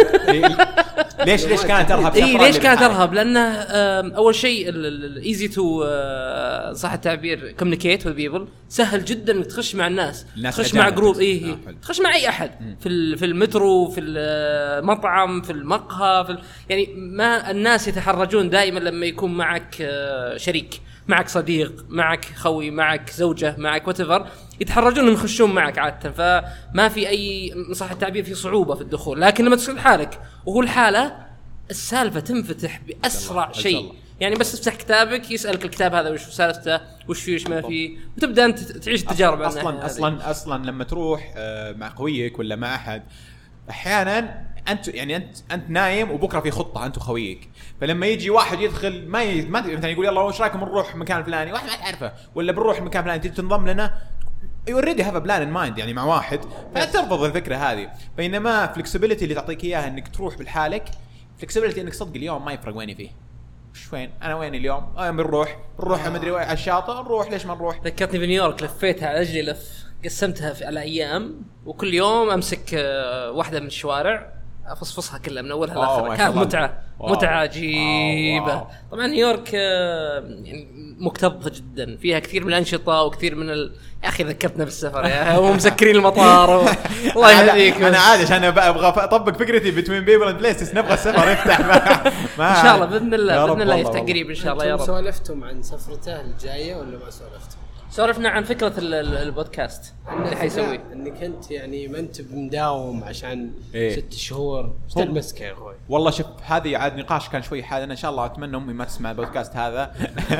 ليش كانت ارهب؟ ليش كانت ارهب؟ لانه اول شيء الايزي تو صح التعبير كوميونيكيت وذ بيبل. سهل جدا انك تخش مع الناس تخش مع جروب. تخش مع اي احد في المترو، في المطعم، في المقهى، يعني ما الناس يتحرجون دائما لما يكون معك شريك، معك صديق، معك خوي، معك زوجة، معك whatever، يتحرجون انهم يخشون معك عادة. فما في اي صح التعبير في صعوبة في الدخول. لكن لما تصير حالك وهو الحالة السالفة تنفتح بأسرع شيء. يعني بس تفتح كتابك يسألك الكتاب هذا وش سالفته، وش فيه وش ما فيه، وتبدأ انت تعيش التجارب. اصلا لما تروح مع خويك ولا مع احد، احيانا انت نايم وبكره في خطه انت وخويك، فلما يجي واحد يدخل ما مثلا يقول يلا وش رايكم نروح مكان فلاني، واحد ما تعرفه، ولا بنروح مكان فلاني تنضم لنا، you already have a plan in mind يعني مع واحد، فترفض الفكره هذه. بينما فلكسبيليتي اللي تعطيك اياها انك تروح بالحالك، فلكسبيليتي انك صدق اليوم ما يفرق ويني فيه، وش وين انا وين اليوم، بنروح ما ادري على الشاطئ، نروح ليش ما نروح. ذكرتني بنيويورك، لفيتها على اجلي لف، قسمتها على ايام، وكل يوم امسك واحده من الشوارع افصفصها كلها من اولها لاخرها. كانت متعه عجيبه. طبعا نيويورك يعني مكتظه جدا، فيها كثير من الانشطه وكثير من يا اخي ذكرتنا بالسفر يا هم مسكرين المطار الله يهديك. انا عادي عشان ابغى اطبق فكرتي بتوين بيبل اند بليسز، نبغى السفر يفتح ما ان شاء الله باذن الله يفتح قريب ان شاء الله يا رب. سولفتم عن سفرته الجايه ولا ما سولفتم؟ سولفنا عن فكره البودكاست اللي حيسوي. انك انت يعني ما انت مداوم عشان 6 شهور ايش تلمسك يا اخوي؟ والله شوف، هذه عاد نقاش كان شوي حاد. انا ان شاء الله اتمنى امي ما تسمع البودكاست هذا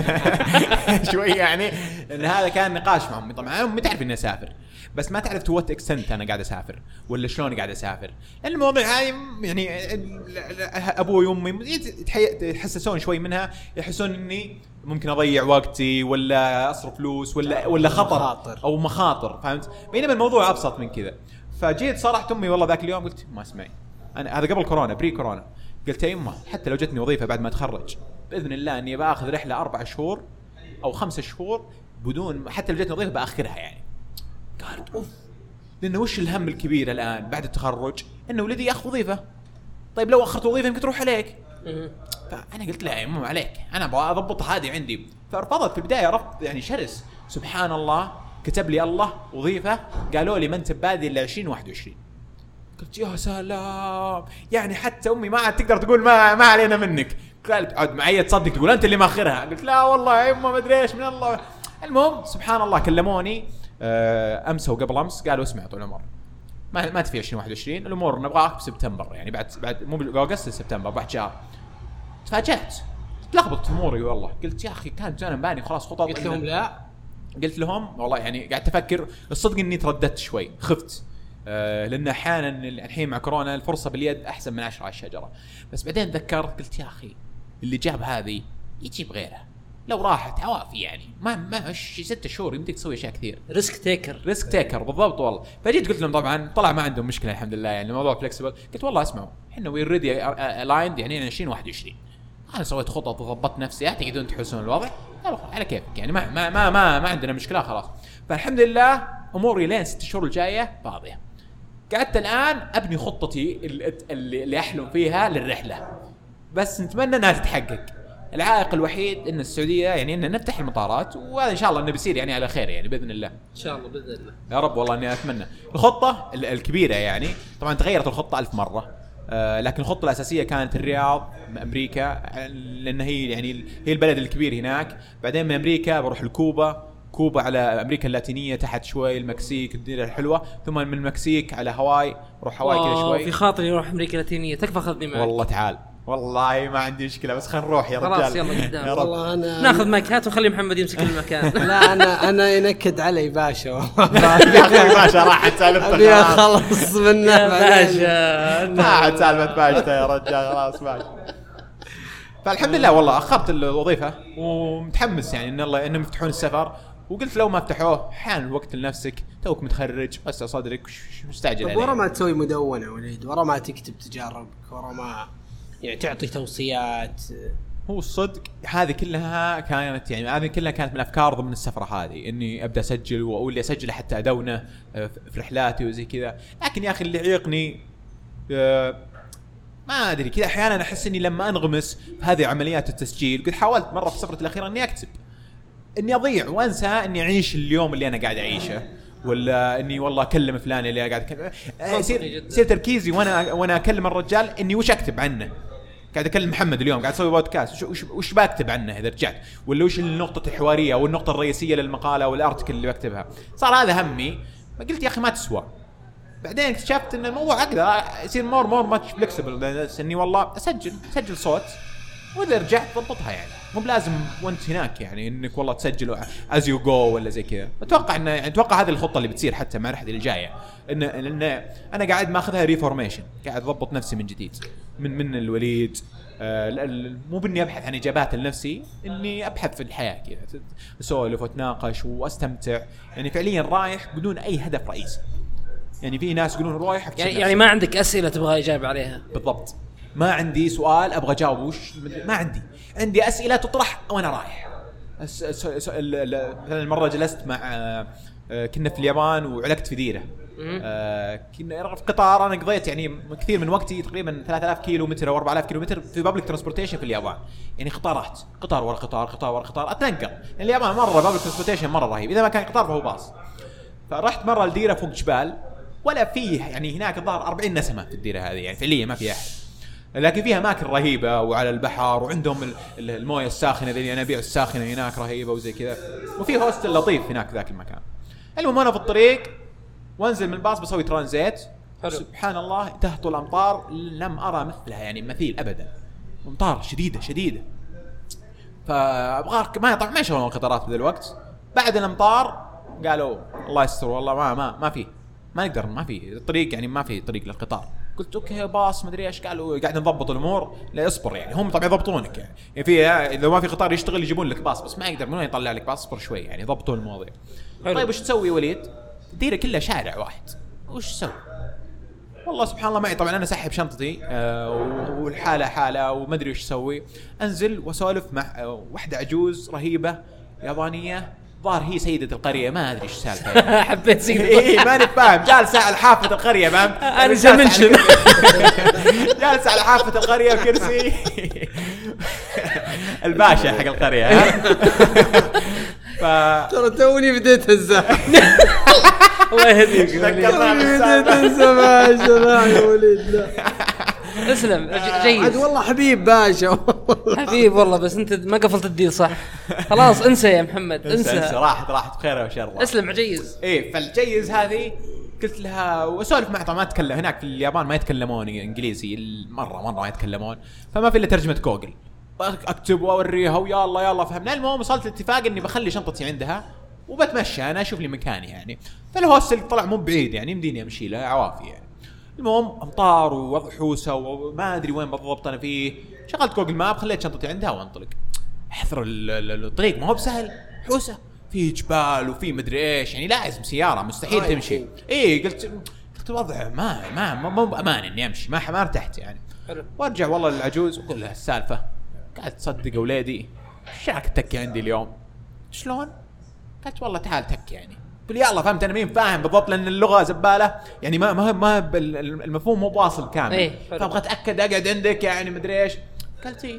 شوي يعني، لان هذا كان نقاش مع امي. طبعا امي تعرف اني اسافر، بس ما تعرف تو وات اكستنت انا قاعد اسافر ولا شلون قاعد اسافر، لان المواضيع هذه يعني ابوي وامي يتحسسون شوي منها، يحسون اني ممكن اضيع وقتي ولا اصرف فلوس ولا خطر او مخاطر، فهمت؟ بينما الموضوع ابسط من كذا. فجيت صرحت امي والله ذاك اليوم، قلت ما اسمعي، انا هذا قبل كورونا، بري كورونا، قلت يا امه حتى لو جتني وظيفه بعد ما اتخرج باذن الله اني باخذ رحله 4 شهور او 5 شهور بدون، حتى لو جتني وظيفه باخرها يعني. قالت اوف، لانه وش الهم الكبير الان بعد التخرج؟ انه ولدي ياخذ وظيفه. طيب لو اخرت وظيفه يمكن تروح عليك. فانا قلت لها يا مو عليك، انا ابغى اضبطها هذه عندي. فرفضت في البدايه رفض يعني شرس. سبحان الله، كتب لي الله وظيفه، قالوا لي ما انت بادي الا 2021. قلت يا سلام، يعني حتى امي ما عاد تقدر تقول ما علينا منك. قالت عاد معي تصدق تقول انت اللي ماخرها. قلت لا والله يا امه ما ادري ايش من الله. المهم سبحان الله كلموني امس وقبل امس، قالوا اسمع طول العمر ما تفي 2021 الامور نبغاك بسبتمبر، يعني بعد مو باغسطس سبتمبر، بعد شهر. تفاجأت، تلخبطت اموري والله. قلت يا اخي كانت انا مباني خلاص خطط. قلت لهم لا، قلت لهم والله يعني قاعد افكر الصدق اني ترددت شوي، خفت لان احيانا الحين مع كورونا الفرصه باليد احسن من 10 على الشجره. بس بعدين تذكرت قلت يا اخي اللي جاب هذه يجيب غيرها، لو راحت عوافي يعني ما 6 شهور يمديك تسوي اشياء كثير. ريسك تيكر بالضبط والله. فجيت قلت لهم طبعا طلع ما عندهم مشكله الحمد لله، يعني الموضوع فلكسبل. قلت والله اسمعوا احنا وي ريدي الايند يعني 2021 انا سويت خطط وضبطت نفسي، تقدرون تحسون الوضع على كيفك يعني، ما عندنا مشكله خلاص. فالحمد لله اموري لين 6 شهور الجايه فاضيه. قعدت الان ابني خطتي اللي احلم فيها للرحله، بس نتمنى انها تتحقق. العائق الوحيد ان السعوديه يعني ان نفتح المطارات، وهذا ان شاء الله انه بيصير يعني على خير يعني باذن الله. ان شاء الله باذن الله يا رب والله اني اتمنى. الخطه الكبيره يعني طبعا تغيرت الخطه 1000 مره، لكن الخطه الاساسيه كانت الرياض امريكا، لان هي يعني هي البلد الكبير هناك. بعدين من امريكا بروح لكوبا، كوبا على امريكا اللاتينيه تحت شوي، المكسيك الدنيا الحلوه، ثم من المكسيك على هاواي، روح هاواي كذا شوي. في خاطري اروح امريكا اللاتينيه، تكفى خذني معك والله تعال والله ما عندي مشكله، بس خلينا نروح يا رجال. خلاص يلا قدام. والله انا ناخذ مايكات ونخلي محمد يمسك المكان. لا انا ينكد علي باشا والله. يا اخي باشا راحت سالفتك، ابي اخلص منه باشا. راحت سالفه باشا يا رجال خلاص باشا. فالحمد لله والله اخرت الوظيفه ومتحمس يعني ان الله انهم يفتحون السفر، وقلت لو ما فتحوه احيانا الوقت لنفسك توك متخرج بس صدرك مستعجل عليه. ورا ما تسوي مدونه وليد، ورا ما تكتب تجاربك، ورا ما يعني تعطي توصيات. هو الصدق هذه كلها كانت يعني هذه كلها كانت من افكار ضمن السفره هذه، اني ابدا اسجل واقول لي اسجل حتى ادونه في رحلاتي وزي كذا. لكن يا اخي اللي يعيقني ما ادري كذا احيانا احس اني لما انغمس في هذه عمليات التسجيل، قد حاولت مره في سفرتي الاخيره اني اكتب، اني اضيع وانسى اني اعيش اليوم اللي انا قاعد اعيشه، ولا اني والله اكلم فلان اللي قاعد اكلم. يصير تركيزي وانا اكلم الرجال اني وش اكتب عنه. قاعد اكلم محمد اليوم قاعد اسوي بودكاست، وش بكتب عنه اذا رجعت، ولا وش النقطه الحواريه او النقطه الرئيسيه للمقاله او الارتكل اللي بكتبها. صار هذا همي، قلت يا اخي ما تسوى. بعدين اكتشفت ان الموضوع اقدر يصير مور ماتش فلكسبل، اني والله اسجل صوت واذا رجعت ضبطها، يعني مو بلازم وانت هناك يعني انك والله تسجل از يو جو ولا زي كذا. اتوقع ان يعني اتوقع هذه الخطه اللي بتصير حتى مع رحلتي الجايه، ان انا قاعد ماخذها ريفورميشن، قاعد اضبط نفسي من جديد من الوليد. مو باني ابحث عن اجابات لنفسي، اني ابحث في الحياه كذا، اسولف واتناقش واستمتع، يعني فعليا رايح بدون اي هدف رئيسي. يعني في ناس يقولون رايح يعني ما عندك اسئله تبغى اجابه عليها. بالضبط، ما عندي سؤال ابغى اجاوب وش، ما عندي اسئله تطرح وانا رايح. مثلا مره جلست مع كنا في اليابان وعلقت في ديره، كنا في قطار. انا قضيت يعني كثير من وقتي تقريبا 3000 كيلومتر او 4000 كيلومتر في بابليك ترانسبورتيشن في اليابان، يعني قطارات، قطار ورا قطار، قطار ورا قطار، اتنقل. يعني اليابان مره بابليك ترانسبورتيشن مره رهيب، اذا ما كان قطار فهو باص. فرحت مره لديره فوق جبال، ولا فيه يعني هناك الظاهر 40 نسمه في الديره هذه، يعني فعليا ما في احد، لكن فيها اماكن رهيبه وعلى البحر، وعندهم المويه الساخنه ذي الينابيع الساخنه هناك رهيبه وزي كذا، وفي هوستل لطيف هناك ذاك المكان. المهم انا في الطريق وانزل من الباص بسوي ترانزيت، سبحان الله تهطل الامطار لم ارى مثلها، يعني مثيل ابدا، امطار شديده. فابغى ما طبعا ما يشغلون القطارات بذا الوقت. بعد الامطار قالوا الله يستر والله ما في، ما نقدر، ما في الطريق، يعني ما في طريق للقطار. قلت اوكي باص ما ادري ايش، قالوا قاعد نضبط الامور، لا اصبر، يعني هم طبعا يضبطونك، يعني في اذا ما في قطار يشتغل يجيبون لك باص، بس ما يقدر منو يطلع لك باص، اصبر شوي يعني يضبطون المواضيع. طيب وش تسوي يا وليد؟ الديره كلها شارع واحد، وش تسوي؟ والله سبحان الله معي طبعا انا سحب شنطتي والحاله حاله وما ادري وش اسوي. انزل واسولف مع واحده عجوز رهيبه يابانيه، ظاهر هي سيدة القرية، ما أدري إيش سالفة. حبيت سيدة إيه ماني فاهم، جالسة على حافة القرية، فاهم؟ أنا زمنشن. جالسة على حافة القرية وكرسي الباشا حق القرية. ترى توني بديت الزحف. الله يهديك. بديت الزحف يا وليد. لا اسلم جيد. عاد والله حبيب باشا. حبيب والله، بس انت ما قفلت الديل صح. خلاص انسى يا محمد، انسى. راحت بخير وشر. اسلم عجيز. ايه فالجيز هذه قلت لها واسولف معها، طبعا ما اتكلم هناك في اليابان ما يتكلمون انجليزي، مره ما يتكلمون، فما في الا ترجمه جوجل، اكتب واوريها ويلا فهمنا. المهم وصلت لاتفاق اني بخلي شنطتي عندها وبتمشى انا اشوف لي مكاني يعني. فالهوستل طلع مو بعيد يعني يمديني امشي له عوافي يعني. المهم امطار ووضع حوسه وما ادري وين بالضبط انا فيه. شغلت جوجل ماب، خليت شنطتي عندها وانطلق. احذر الطريق ما هو بسهل، حوسه في جبال وفي مدري ايش، يعني لازم سياره مستحيل تمشي. ايه قلت وضع ما بامان اني امشي، ما ارتحت يعني. وارجع والله للعجوز واقول لها السالفه، قاعد تصدق اولادي شاك تكي عندي اليوم. شلون؟ قالت والله تعال تك يعني. قل يلا فهمت انا مين فاهم بالضبط، لان اللغه زباله يعني ما المفهوم مو واصل كامل. فابغى اتاكد اقعد عندك يعني مدري ايش. قالت ايه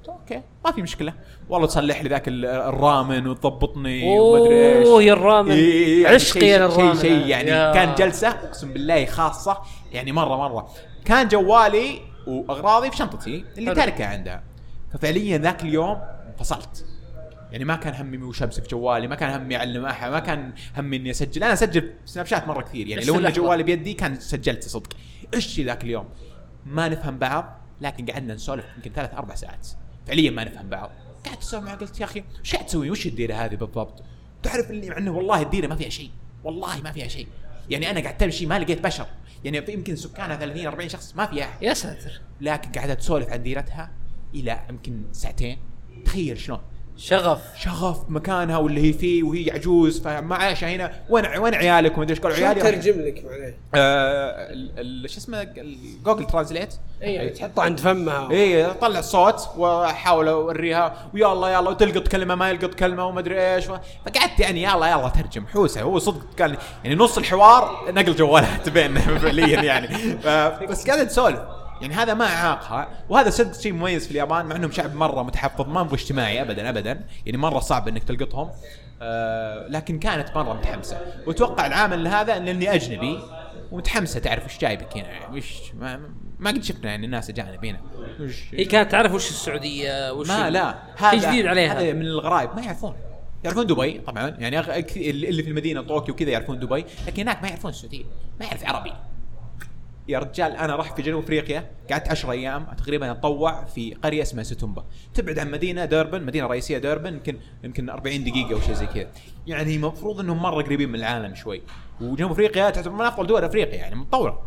اوكي ما في مشكله والله تصلح لي ذاك الرامن وتضبطني وما ادري ايش. اوه يا الرامن عشقي يعني الرامن شيء يعني كان جلسه اقسم بالله خاصه يعني مره كان جوالي واغراضي في شنطتي اللي تاركها عندها. ففعليا ذاك اليوم انفصلت يعني ما كان همي وش امسك جوالي ما كان همي اعلم احد ما كان همي اني اسجل. انا اسجل سناب شات مره كثير يعني لو ان جوالي بيدي كان سجلت صدق. ايش ذاك اليوم ما نفهم بعض لكن قعدنا نسولف يمكن 3-4 ساعات فعليا ما نفهم بعض. قعدت اسولف معه قلت يا اخي ايش قاعد تسوي وش الديره هذه بالضبط؟ تعرف اللي مع انه والله الديره ما فيها شيء والله ما فيها شيء يعني انا قاعد امشي ما لقيت بشر يعني في يمكن سكانها 30-40 شخص ما فيها يا ساتر. لكن قاعده تسولف عن ديرتها الى يمكن ساعتين. تخيل شلون شغف مكانها واللي هي فيه وهي عجوز فما عايشه هنا. وين عيالك وما ادري ايش قالوا عيالي ترجم لك معليه شو اسمه جوجل ترانزليت اي تحطه عند فمها اي طلع الصوت واحاول اوريها ويلا وتلقط كلمه ما يلقط كلمه وما ادري ايش. فقعدت يعني يلا ترجم حوسه. هو صدق كان يعني نص الحوار نقل جوالات بيننا فعليا يعني بس قاعد نسولف يعني هذا ما عاقها. وهذا صدق شيء مميز في اليابان مع انهم شعب مره متحفظ ما هو اجتماعي ابدا يعني مره صعب انك تلقطهم. لكن كانت مره متحمسه واتوقع العامل هذا اني اجنبي ومتحمسه تعرف وش جايبك هنا يعني مش ما قد شفنا يعني الناس اجانب هنا. هي كانت تعرف وش السعوديه وش ما لا هذا جديد عليها. هذا من الغرائب ما يعرفون دبي طبعا يعني اللي في المدينه طوكيو كذا يعرفون دبي لكن هناك ما يعرفون السعوديه ما يعرف عربي. يا رجال انا رحت في جنوب افريقيا قعدت 10 ايام تقريبا اتطوع في قريه اسمها ستومبا تبعد عن مدينه ديربن مدينه رئيسيه ديربن يمكن 40 دقيقه او شيء زي كذا يعني المفروض انهم مره قريبين من العالم شوي. وجنوب افريقيا تعتبر من افضل دول افريقيا يعني متطوره.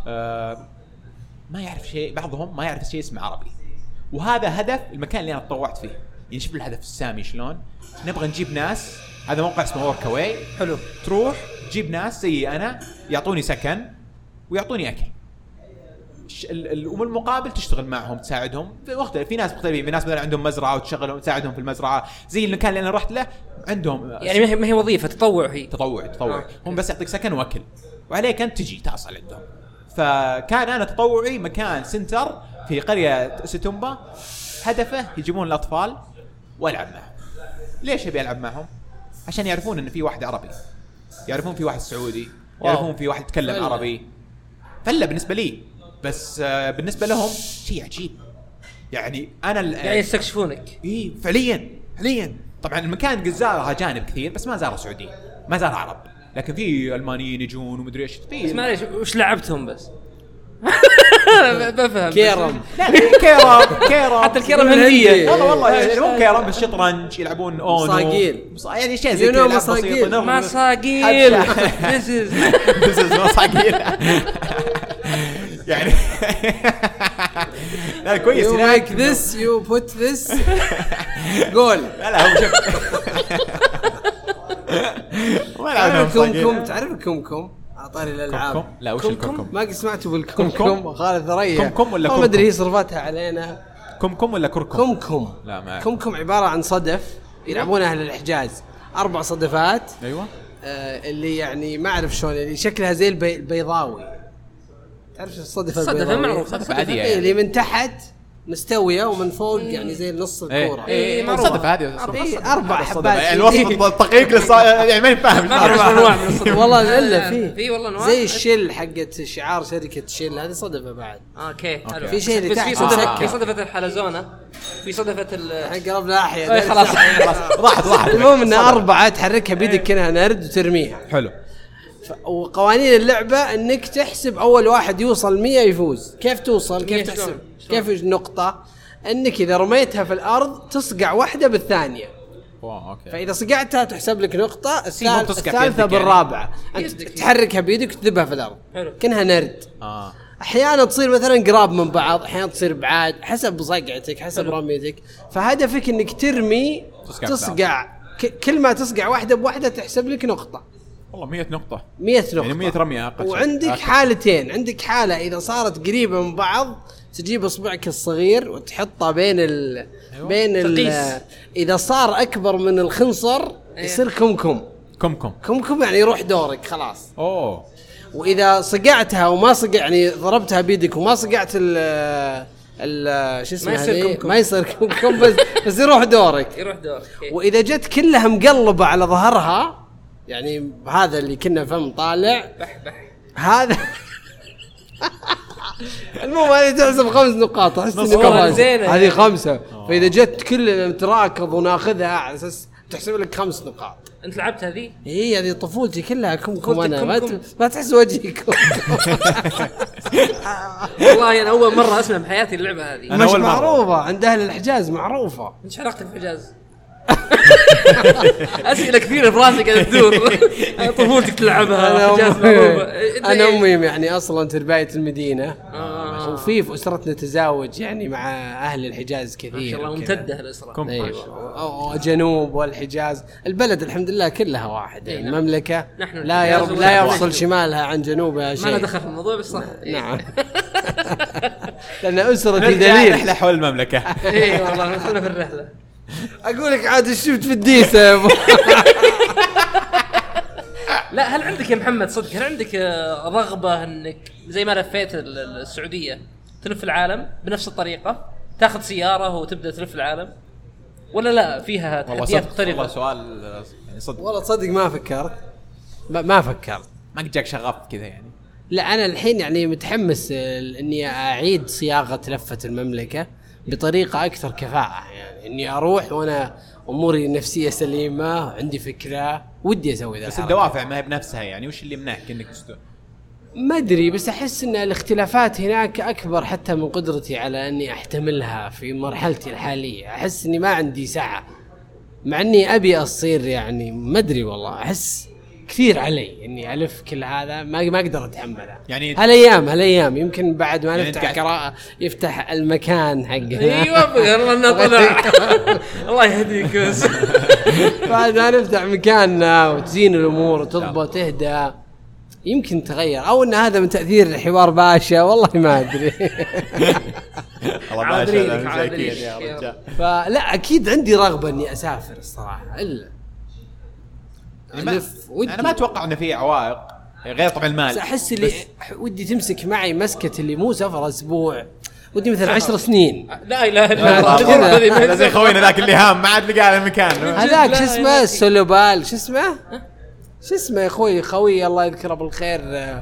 ما يعرف شيء بعضهم ما يعرف شيء اسمه عربي. وهذا هدف المكان اللي انا تطوعت فيه يعني شوف الهدف السامي شلون نبغى نجيب ناس. هذا موقع اسمه وركاوي حلو تروح تجيب ناس زي انا يعطوني سكن ويعطوني اكل وبالمقابل تشتغل معهم تساعدهم في ناس مختلفين. في ناس مثلا عندهم مزرعه وتشغلهم تساعدهم في المزرعه زي المكان اللي انا رحت له عندهم يعني ما هي وظيفه تطوع. هي تطوع هم بس يعطيك سكن واكل وعليك انت تجي تحصل عندهم. فكان انا تطوعي مكان سنتر في قريه ستومبا هدفه يجيبون الاطفال والعب معهم. ليش ابي العب معهم؟ عشان يعرفون ان في واحد عربي يعرفون في واحد سعودي يعرفون في واحد يتكلم عربي. فلا بالنسبه لي بس بالنسبه لهم شيء عجيب يعني انا يعني يستكشفونك. ايه فعليا طبعا المكان قد زارها اجانب كثير بس ما زاروا سعوديين ما زار عرب لكن في المانيين يجون ومدري ايش في. بس معليش وش لعبتهم بس بفهم كيرم حتى الكيرم هنديه والله يعني مو كيرم بس شطرنج يلعبون اونو مصاقيل يعني شيء زي كذا بسيطه مصاقيل this is مصاقيل يعني لا كويس you make this you put this قول لا هو شوف تعرف الكمكم عطاري الالعاب لا وش الكمكم ما قد سمعتوا بالكمكم خالد ثريا كمكم ولا ما ادري هي صرفتها علينا كمكم ولا كركم لا ما كمكم عباره عن صدف يلعبونها اهل الحجاز 4 صدفات ايوه اللي يعني ما اعرف شلون اللي شكلها زي البيضاوي تعرف الصدفه البيضاويه معروف صدفه عاديه يعني. اللي من تحت مستويه ومن فوق يعني زي نص الكوره الصدفه هذه 4 حبات يعني الوصف الدقيق يعني ما يفهم 4 انواع من الصدفه والله الا في والله انواع زي الشل حقت شعار شركه الشل هذه صدفه بعد اوكي حلو. في شيء اللي تحت في صدفه الحلزونه في صدفه قرب ناحيه خلاص راحت المهم ان 4 تحركها بيدك كأنها نرد وترميها حلو. وقوانين اللعبه انك تحسب اول واحد يوصل 100 يفوز. كيف توصل كيف تحسب كيف النقطه انك اذا رميتها في الارض تصقع واحده بالثانيه. اوكي فاذا صقعتها تحسب لك نقطه الثالثه بالرابعه انت تحركها بيدك وتذبها في الارض كأنها نرد. احيانا تصير مثلا قراب من بعض احيانا تصير بعاد حسب صقعتك حسب رميتك. فهدفك انك ترمي تصقع كل ما تصقع واحده بواحده تحسب لك نقطه. والله 100 نقطة يعني 100 رمية أقل. وعندك حالتين عندك حالة إذا صارت قريبة من بعض تجيب إصبعك الصغير وتحطه بين إذا صار أكبر من الخنصر يصير كمكم يعني يروح دورك خلاص. وإذا صقعتها وما صقع يعني ضربتها بيدك وما صقعت شو اسمه ما يصير كم بس يروح دورك. واذا جت كلها مقلبه على ظهرها يعني هذا اللي كنا فم طالع هذا المهم هذه تحسب 5 نقاط. احس هذه 5 فاذا جت كلنا نتراكض وناخذها على اساس تحسب لك 5 نقاط. انت لعبت هذه؟ هذه طفولتي كلها كمكم انا ما تحس وجهكم. والله انا اول مره اسمع بحياتي اللعبه هذه. مش معروفه عند اهل الحجاز معروفه. ايش علاقتك بالحجاز؟ اسئله كثيره في راسي قاعده تدور. طفولتك تلعبها الحجاز معروفه. انا امي يعني اصلا تربايه المدينه وفي اسرتنا تزاوج يعني مع اهل الحجاز كثير. ما شاء الله ممتده الاسره. ايوه جنوب والحجاز البلد الحمد لله كلها واحد يعني المملكه لا يفصل شمالها عن جنوبها شيء. ما له دخل في الموضوع بس صح. نعم. لان اسرتي دليل رحله حول المملكه. اي والله دخلنا في الرحله. اقول لك عاد شفت في الديسه يا ابو. لا هل عندك يا محمد صدق هل عندك رغبه انك زي ما لفيت السعوديه تلف العالم بنفس الطريقه تاخذ سياره وتبدا تلف العالم ولا لا فيها تحديات مختلفه؟ والله سؤال يعني صدق. والله تصدق ما فكرت ما جاك شغف كذا يعني. لا انا الحين يعني متحمس اني اعيد صياغه لفه المملكه بطريقه اكثر كفاءه يعني اني اروح وانا اموري النفسيه سليمه عندي فكره ودي اسوي ذا. بس الدوافع ما هي بنفسها يعني وش اللي يمنعك انك تستوعب؟ ما ادري بس احس ان الاختلافات هناك اكبر حتى من قدرتي على اني احتملها في مرحلتي الحاليه. احس اني ما عندي سعه مع اني ابي اصير يعني ما ادري والله احس كثير علي اني الف كل هذا ما اقدر اتحمله يعني. هالايام يمكن بعد ما يعني نفتح قراءه يفتح المكان حقه. ايوه يلا نطلع. الله يهديك بس. بعد ما نفتح مكاننا وتزين الامور وتضبط تهدى يمكن تغير او ان هذا من تاثير حوار باشا والله ما ادري. الله باشا يا رجال. فلا اكيد عندي رغبه اني اسافر الصراحه الا انا ما اتوقع انه في عوائق غير طبعا المال. احس اللي ودي تمسك معي مسكه اللي مو سفر اسبوع ودي مثلا 10 سنين. لا اله الا الله. زي خوينا ذاك اللي هام ما عاد لقى المكان هذاك شو اسمه السلوبال شو اسمه يا اخوي خوي الله يذكره بالخير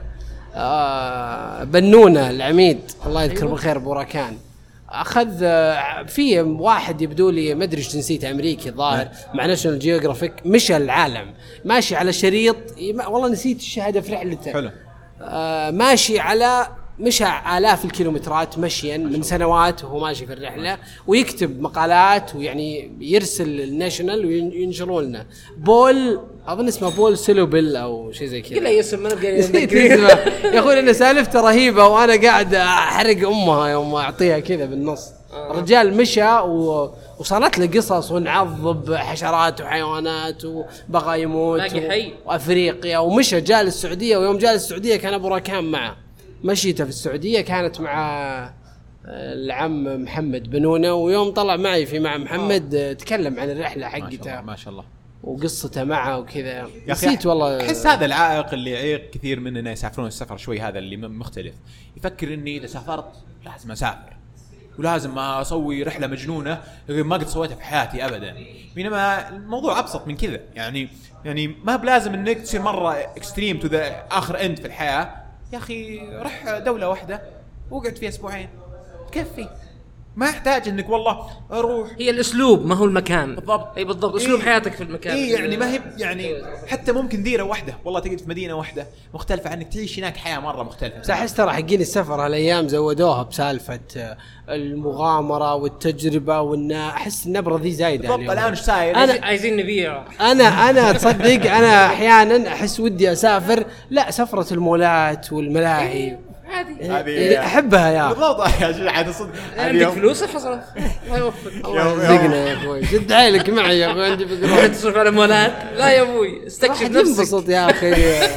بنونه العميد الله يذكره بالخير بوراكان اخذ في واحد يبدو لي ما ادري ايش جنسيته امريكي الظاهر مع ناشونال جيوغرافيك مشى العالم ماشي على شريط والله نسيت الشهاده في رحلته. حلو. ماشي على مشى آلاف الكيلومترات مشيا من سنوات وهو ماشي في الرحله ويكتب مقالات ويعني يرسل الناشونال وينشرون لنا. بول اظن اسمه بول سلوبل او شيء زي كذا. كله اسم انا يا اخوي انا سالفته رهيبه وانا قاعد احرق امها يوم اعطيها كذا بالنص. الرجال مشى وصارت له قصص ونعضب حشرات وحيوانات وبغى يموت وافريقيا ومشى جاء للسعوديه ويوم جاء للسعوديه كان ابو راكان معه. مشيته في السعوديه كانت مع العم محمد بنونه ويوم طلع معي في مع محمد تكلم عن الرحله حقته ما شاء الله وقصته معه وكذا. نسيت والله. احس هذا العائق اللي يعيق كثير مننا يسافرون السفر شوي هذا اللي مختلف. يفكر اني اذا سافرت لازم اسافر ولازم اسوي رحله مجنونه ما قد سويتها في حياتي ابدا. بينما الموضوع ابسط من كذا يعني ما بلازم انك تصير مره اكستريم تو ذا اخر اند في الحياه. يا اخي رح دولة واحدة وقعد فيها اسبوعين تكفي ما يحتاج انك والله اروح. هي الاسلوب ما هو المكان. بالضبط. اي بالضبط اسلوب حياتك في المكان. يعني ما هي يعني حتى ممكن ديره واحده والله تقعد في مدينه واحده مختلفه عنك تعيش هناك حياه مره مختلفه. صح ترى حقين السفر هالايام زودوها بسالفه المغامره والتجربه احس النبره ذي زايده بالضبط. الان ايش صاير عايزين نبيع. انا تصدق انا احيانا احس ودي اسافر لا سفره المولات والملاهي هذه احبها يا بالضبط يا شيخ عاد صدق عندك فلوس حصلت الله يوفقك الله يرزقنا يا اخوي شد حيلك معي يا اخوي عندي فكره تصرف على مولات لا يا ابوي استكشف نفسك انبسط يا اخي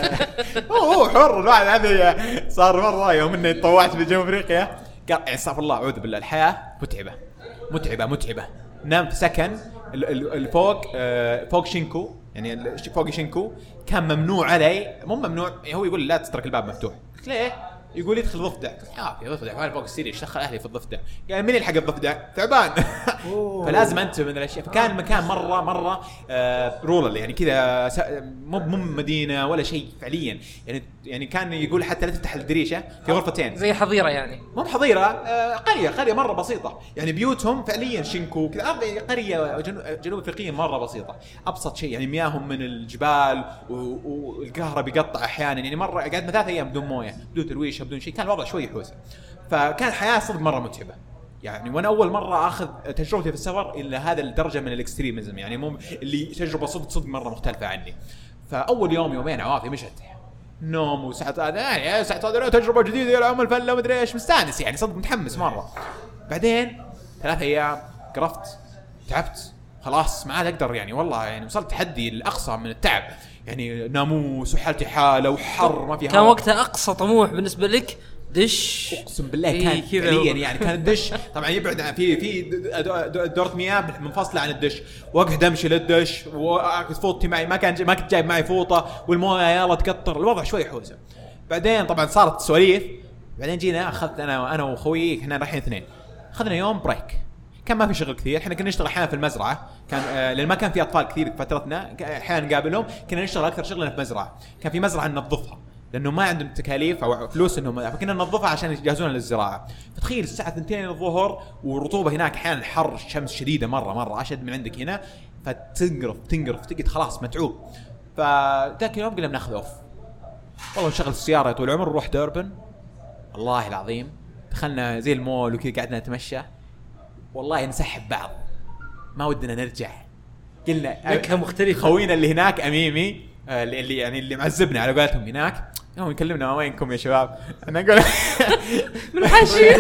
هو حر الواحد هذه صار مره يوم اني طوعت في جنوب افريقيا قال استغفر الله اعوذ بالله الحياه متعبه نام في سكن فوق شينكو يعني فوق شينكو كان ممنوع علي مو ممنوع هو يقول لا تترك الباب مفتوح. قلت ليه يقول يدخل ضفدع. يا ضفدع ما فوق السرير ايش دخل اهلي في الضفدع؟ قال من يلحق الضفدع؟ تعبان. فلازم انتبه من الاشياء. فكان المكان مره رولر يعني كذا مو مدينه ولا شيء فعليا يعني كان يقول حتى لا تفتح الدريشه في غرفتين زي حظيره يعني مو حظيره قريه مره بسيطه يعني بيوتهم فعليا شنكو كذا قريه جنوب افريقيه مره بسيطه ابسط شيء يعني مياههم من الجبال والقهر بيقطع احيانا يعني مره قعدنا 3 ايام بدون مويه بدون ترويشه بدون شيء كان الوضع شوي حوسه فكان حياه صدق مره متعبه يعني وانا اول مره اخذ تجربتي في السفر الى هذا الدرجه من الاكستريميزم يعني مو اللي تجربه صدق مره مختلفه عني فاول يومين عوافي مشت نوم وساعات هذا ساعات هذا تجربه جديده يا العمل فله مدري ايش مستانس يعني صدق متحمس مره بعدين 3 ايام قرفت تعبت خلاص ما عاد اقدر يعني والله يعني وصلت تحدي الاقصى من التعب يعني ناموس وحالتي حاله وحر ما في كان وقتها اقصى طموح بالنسبه لك دش اقسم بالله كان فعليا يعني كان الدش طبعا يبعد عن في دورة مياه منفصله عن الدش واقعد امشي للدش واخذ فوطتي معي ما كنت جايب معي فوطه والمويه يلا تقطر الوضع شوي حوسه بعدين طبعا صارت سواليف بعدين جينا اخذت انا واخوي احنا رايحين 2 اخذنا يوم بريك كان ما في شغل كثير احنا كنا نشتغل احيانا في المزرعه كان لان ما كان في اطفال كثير في فترتنا احيانا نقابلهم كنا نشتغل اكثر شغلنا في مزرعه كان في مزرعه ننظفها لانه ما عندهم تكاليف او فلوس انهم فكنا ننظفها عشان يجهزونها للزراعه فتخيل الساعه 2 الظهر والرطوبه هناك احيانا الحر الشمس شديده مره اشد من عندك هنا فتنقرف تقعد خلاص متعوب فذاك اليوم قلنا بناخذ اوف والله نشغل السياره طول العمر نروح دوربن والله العظيم دخلنا زي المول وكذا قعدنا نتمشى والله نسحب بعض ما ودنا نرجع قلنا نكهه مختلفه خوينا اللي هناك اميمي اللي يعني اللي معذبنا على قولتهم هناك يوم يكلمنا وينكم يا شباب انا اقول من حاشيه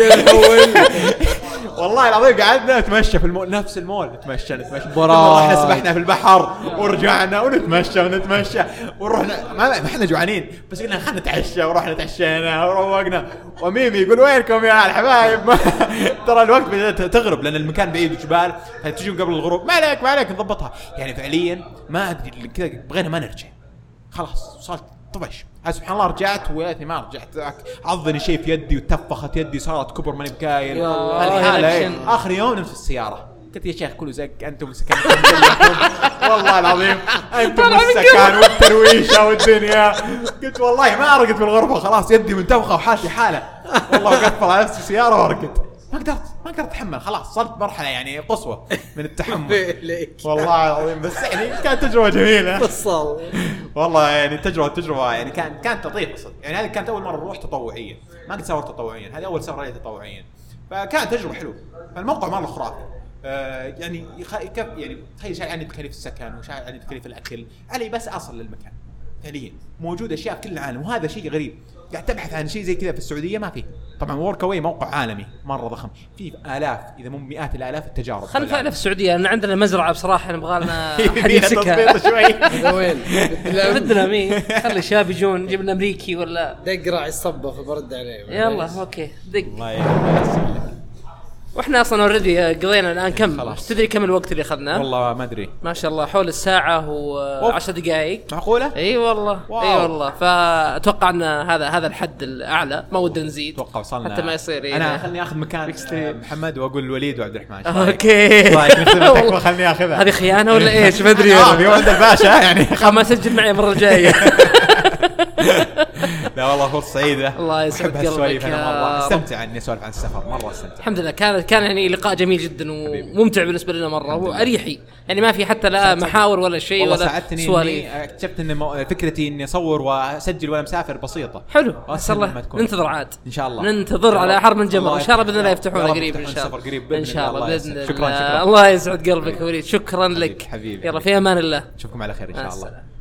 والله العظيم قعدنا نتمشى في المول نفس المول نتمشى رحنا سبحنا في البحر ورجعنا ونتمشى ورحنا ما احنا جوعانين بس قلنا خلينا نتعشى ورحنا تعشينا وروقنا وميمي يقول وينكم يا الحبايب ترى الوقت بدأت تغرب لان المكان بعيد وجبال فتجون قبل الغروب ما عليك نضبطها يعني فعليا ما ادري كذا بغينا ما نرجع خلاص وصلت طفش سبحان الله رجعت وياتني ما رجعت عضني شيء في يدي وتفخت يدي صارت كبر ماني بكايل الحالة اخر يوم نمت في السياره قلت يا شيخ كله زق انتم سكنتم والله العظيم انتم السكن والترويشه والدنيا قلت والله ما ارقد في الغرفه خلاص يدي منتفخه وحالتي حاله والله وقفت على نفسي السياره وارقد ما قدرت اتحمل خلاص صرت مرحله يعني قصوى من التحمل والله العظيم بس يعني كانت تجربه جميله فصل والله يعني تجربه يعني كانت تطيق صدق يعني هذه كانت اول مره نروح تطوعيا ما قد سافرت تطوعيا هذه اول سفره لي تطوعيا فكانت تجربه حلوه الموقع مره خرافي يعني يعني تخيل شيء عن تكاليف السكن وشيء عن تكاليف الاكل علي بس اصل للمكان فعليا موجود اشياء في كل العالم وهذا شيء غريب قاعد تبحث عن شيء زي كذا في السعوديه ما فيه طبعا ووركاوي موقع عالمي مره ضخم في آلاف اذا مو مئات الالاف التجارب خلينا فعلا في السعوديه ان عندنا مزرعه بصراحه نبغى لنا احد يمسكها شوي وين بدنا مين خلي الشباب يجون جبنا امريكي ولا دقرع يصبغ برد عليه يلا اوكي دق الله يسلمك واحنا اصلا اوريدي قضينا الان كم تدري كم الوقت اللي اخذناه والله ما ادري ما شاء الله حول الساعه و10 دقائق معقوله اي والله فاتوقع ان هذا الحد الاعلى ما ودنا نزيد اتوقع وصلنا حتى ما يصير انا خلني اخذ مكان محمد واقول الوليد وعبد الرحمن اوكي خلني اخذها هذه خيانه ولا ايش ما ادري في ولد الباشا يعني ما سجل معي المره الجايه لا والله فرصه سعيده الله يسعد قلبك انا مره استمتع اني اسولف عن السفر مره استمتع الحمد لله كان يعني لقاء جميل جدا وممتع بالنسبه لنا مره واريحي يعني ما في حتى لا محاور ولا شيء ولا سواليف اكتشفت ان فكرتي اني اصور واسجل وانا مسافر بسيطه حلو بس الله ننتظر عاد ان شاء الله ننتظر على حرم الجمر ان شاء الله باذن الله يفتحونه قريب ان شاء الله ان شاء الله باذن الله شكرا الله يسعد قلبك وليد شكرا لك حبيبي يلا في امان الله نشوفكم على خير ان شاء الله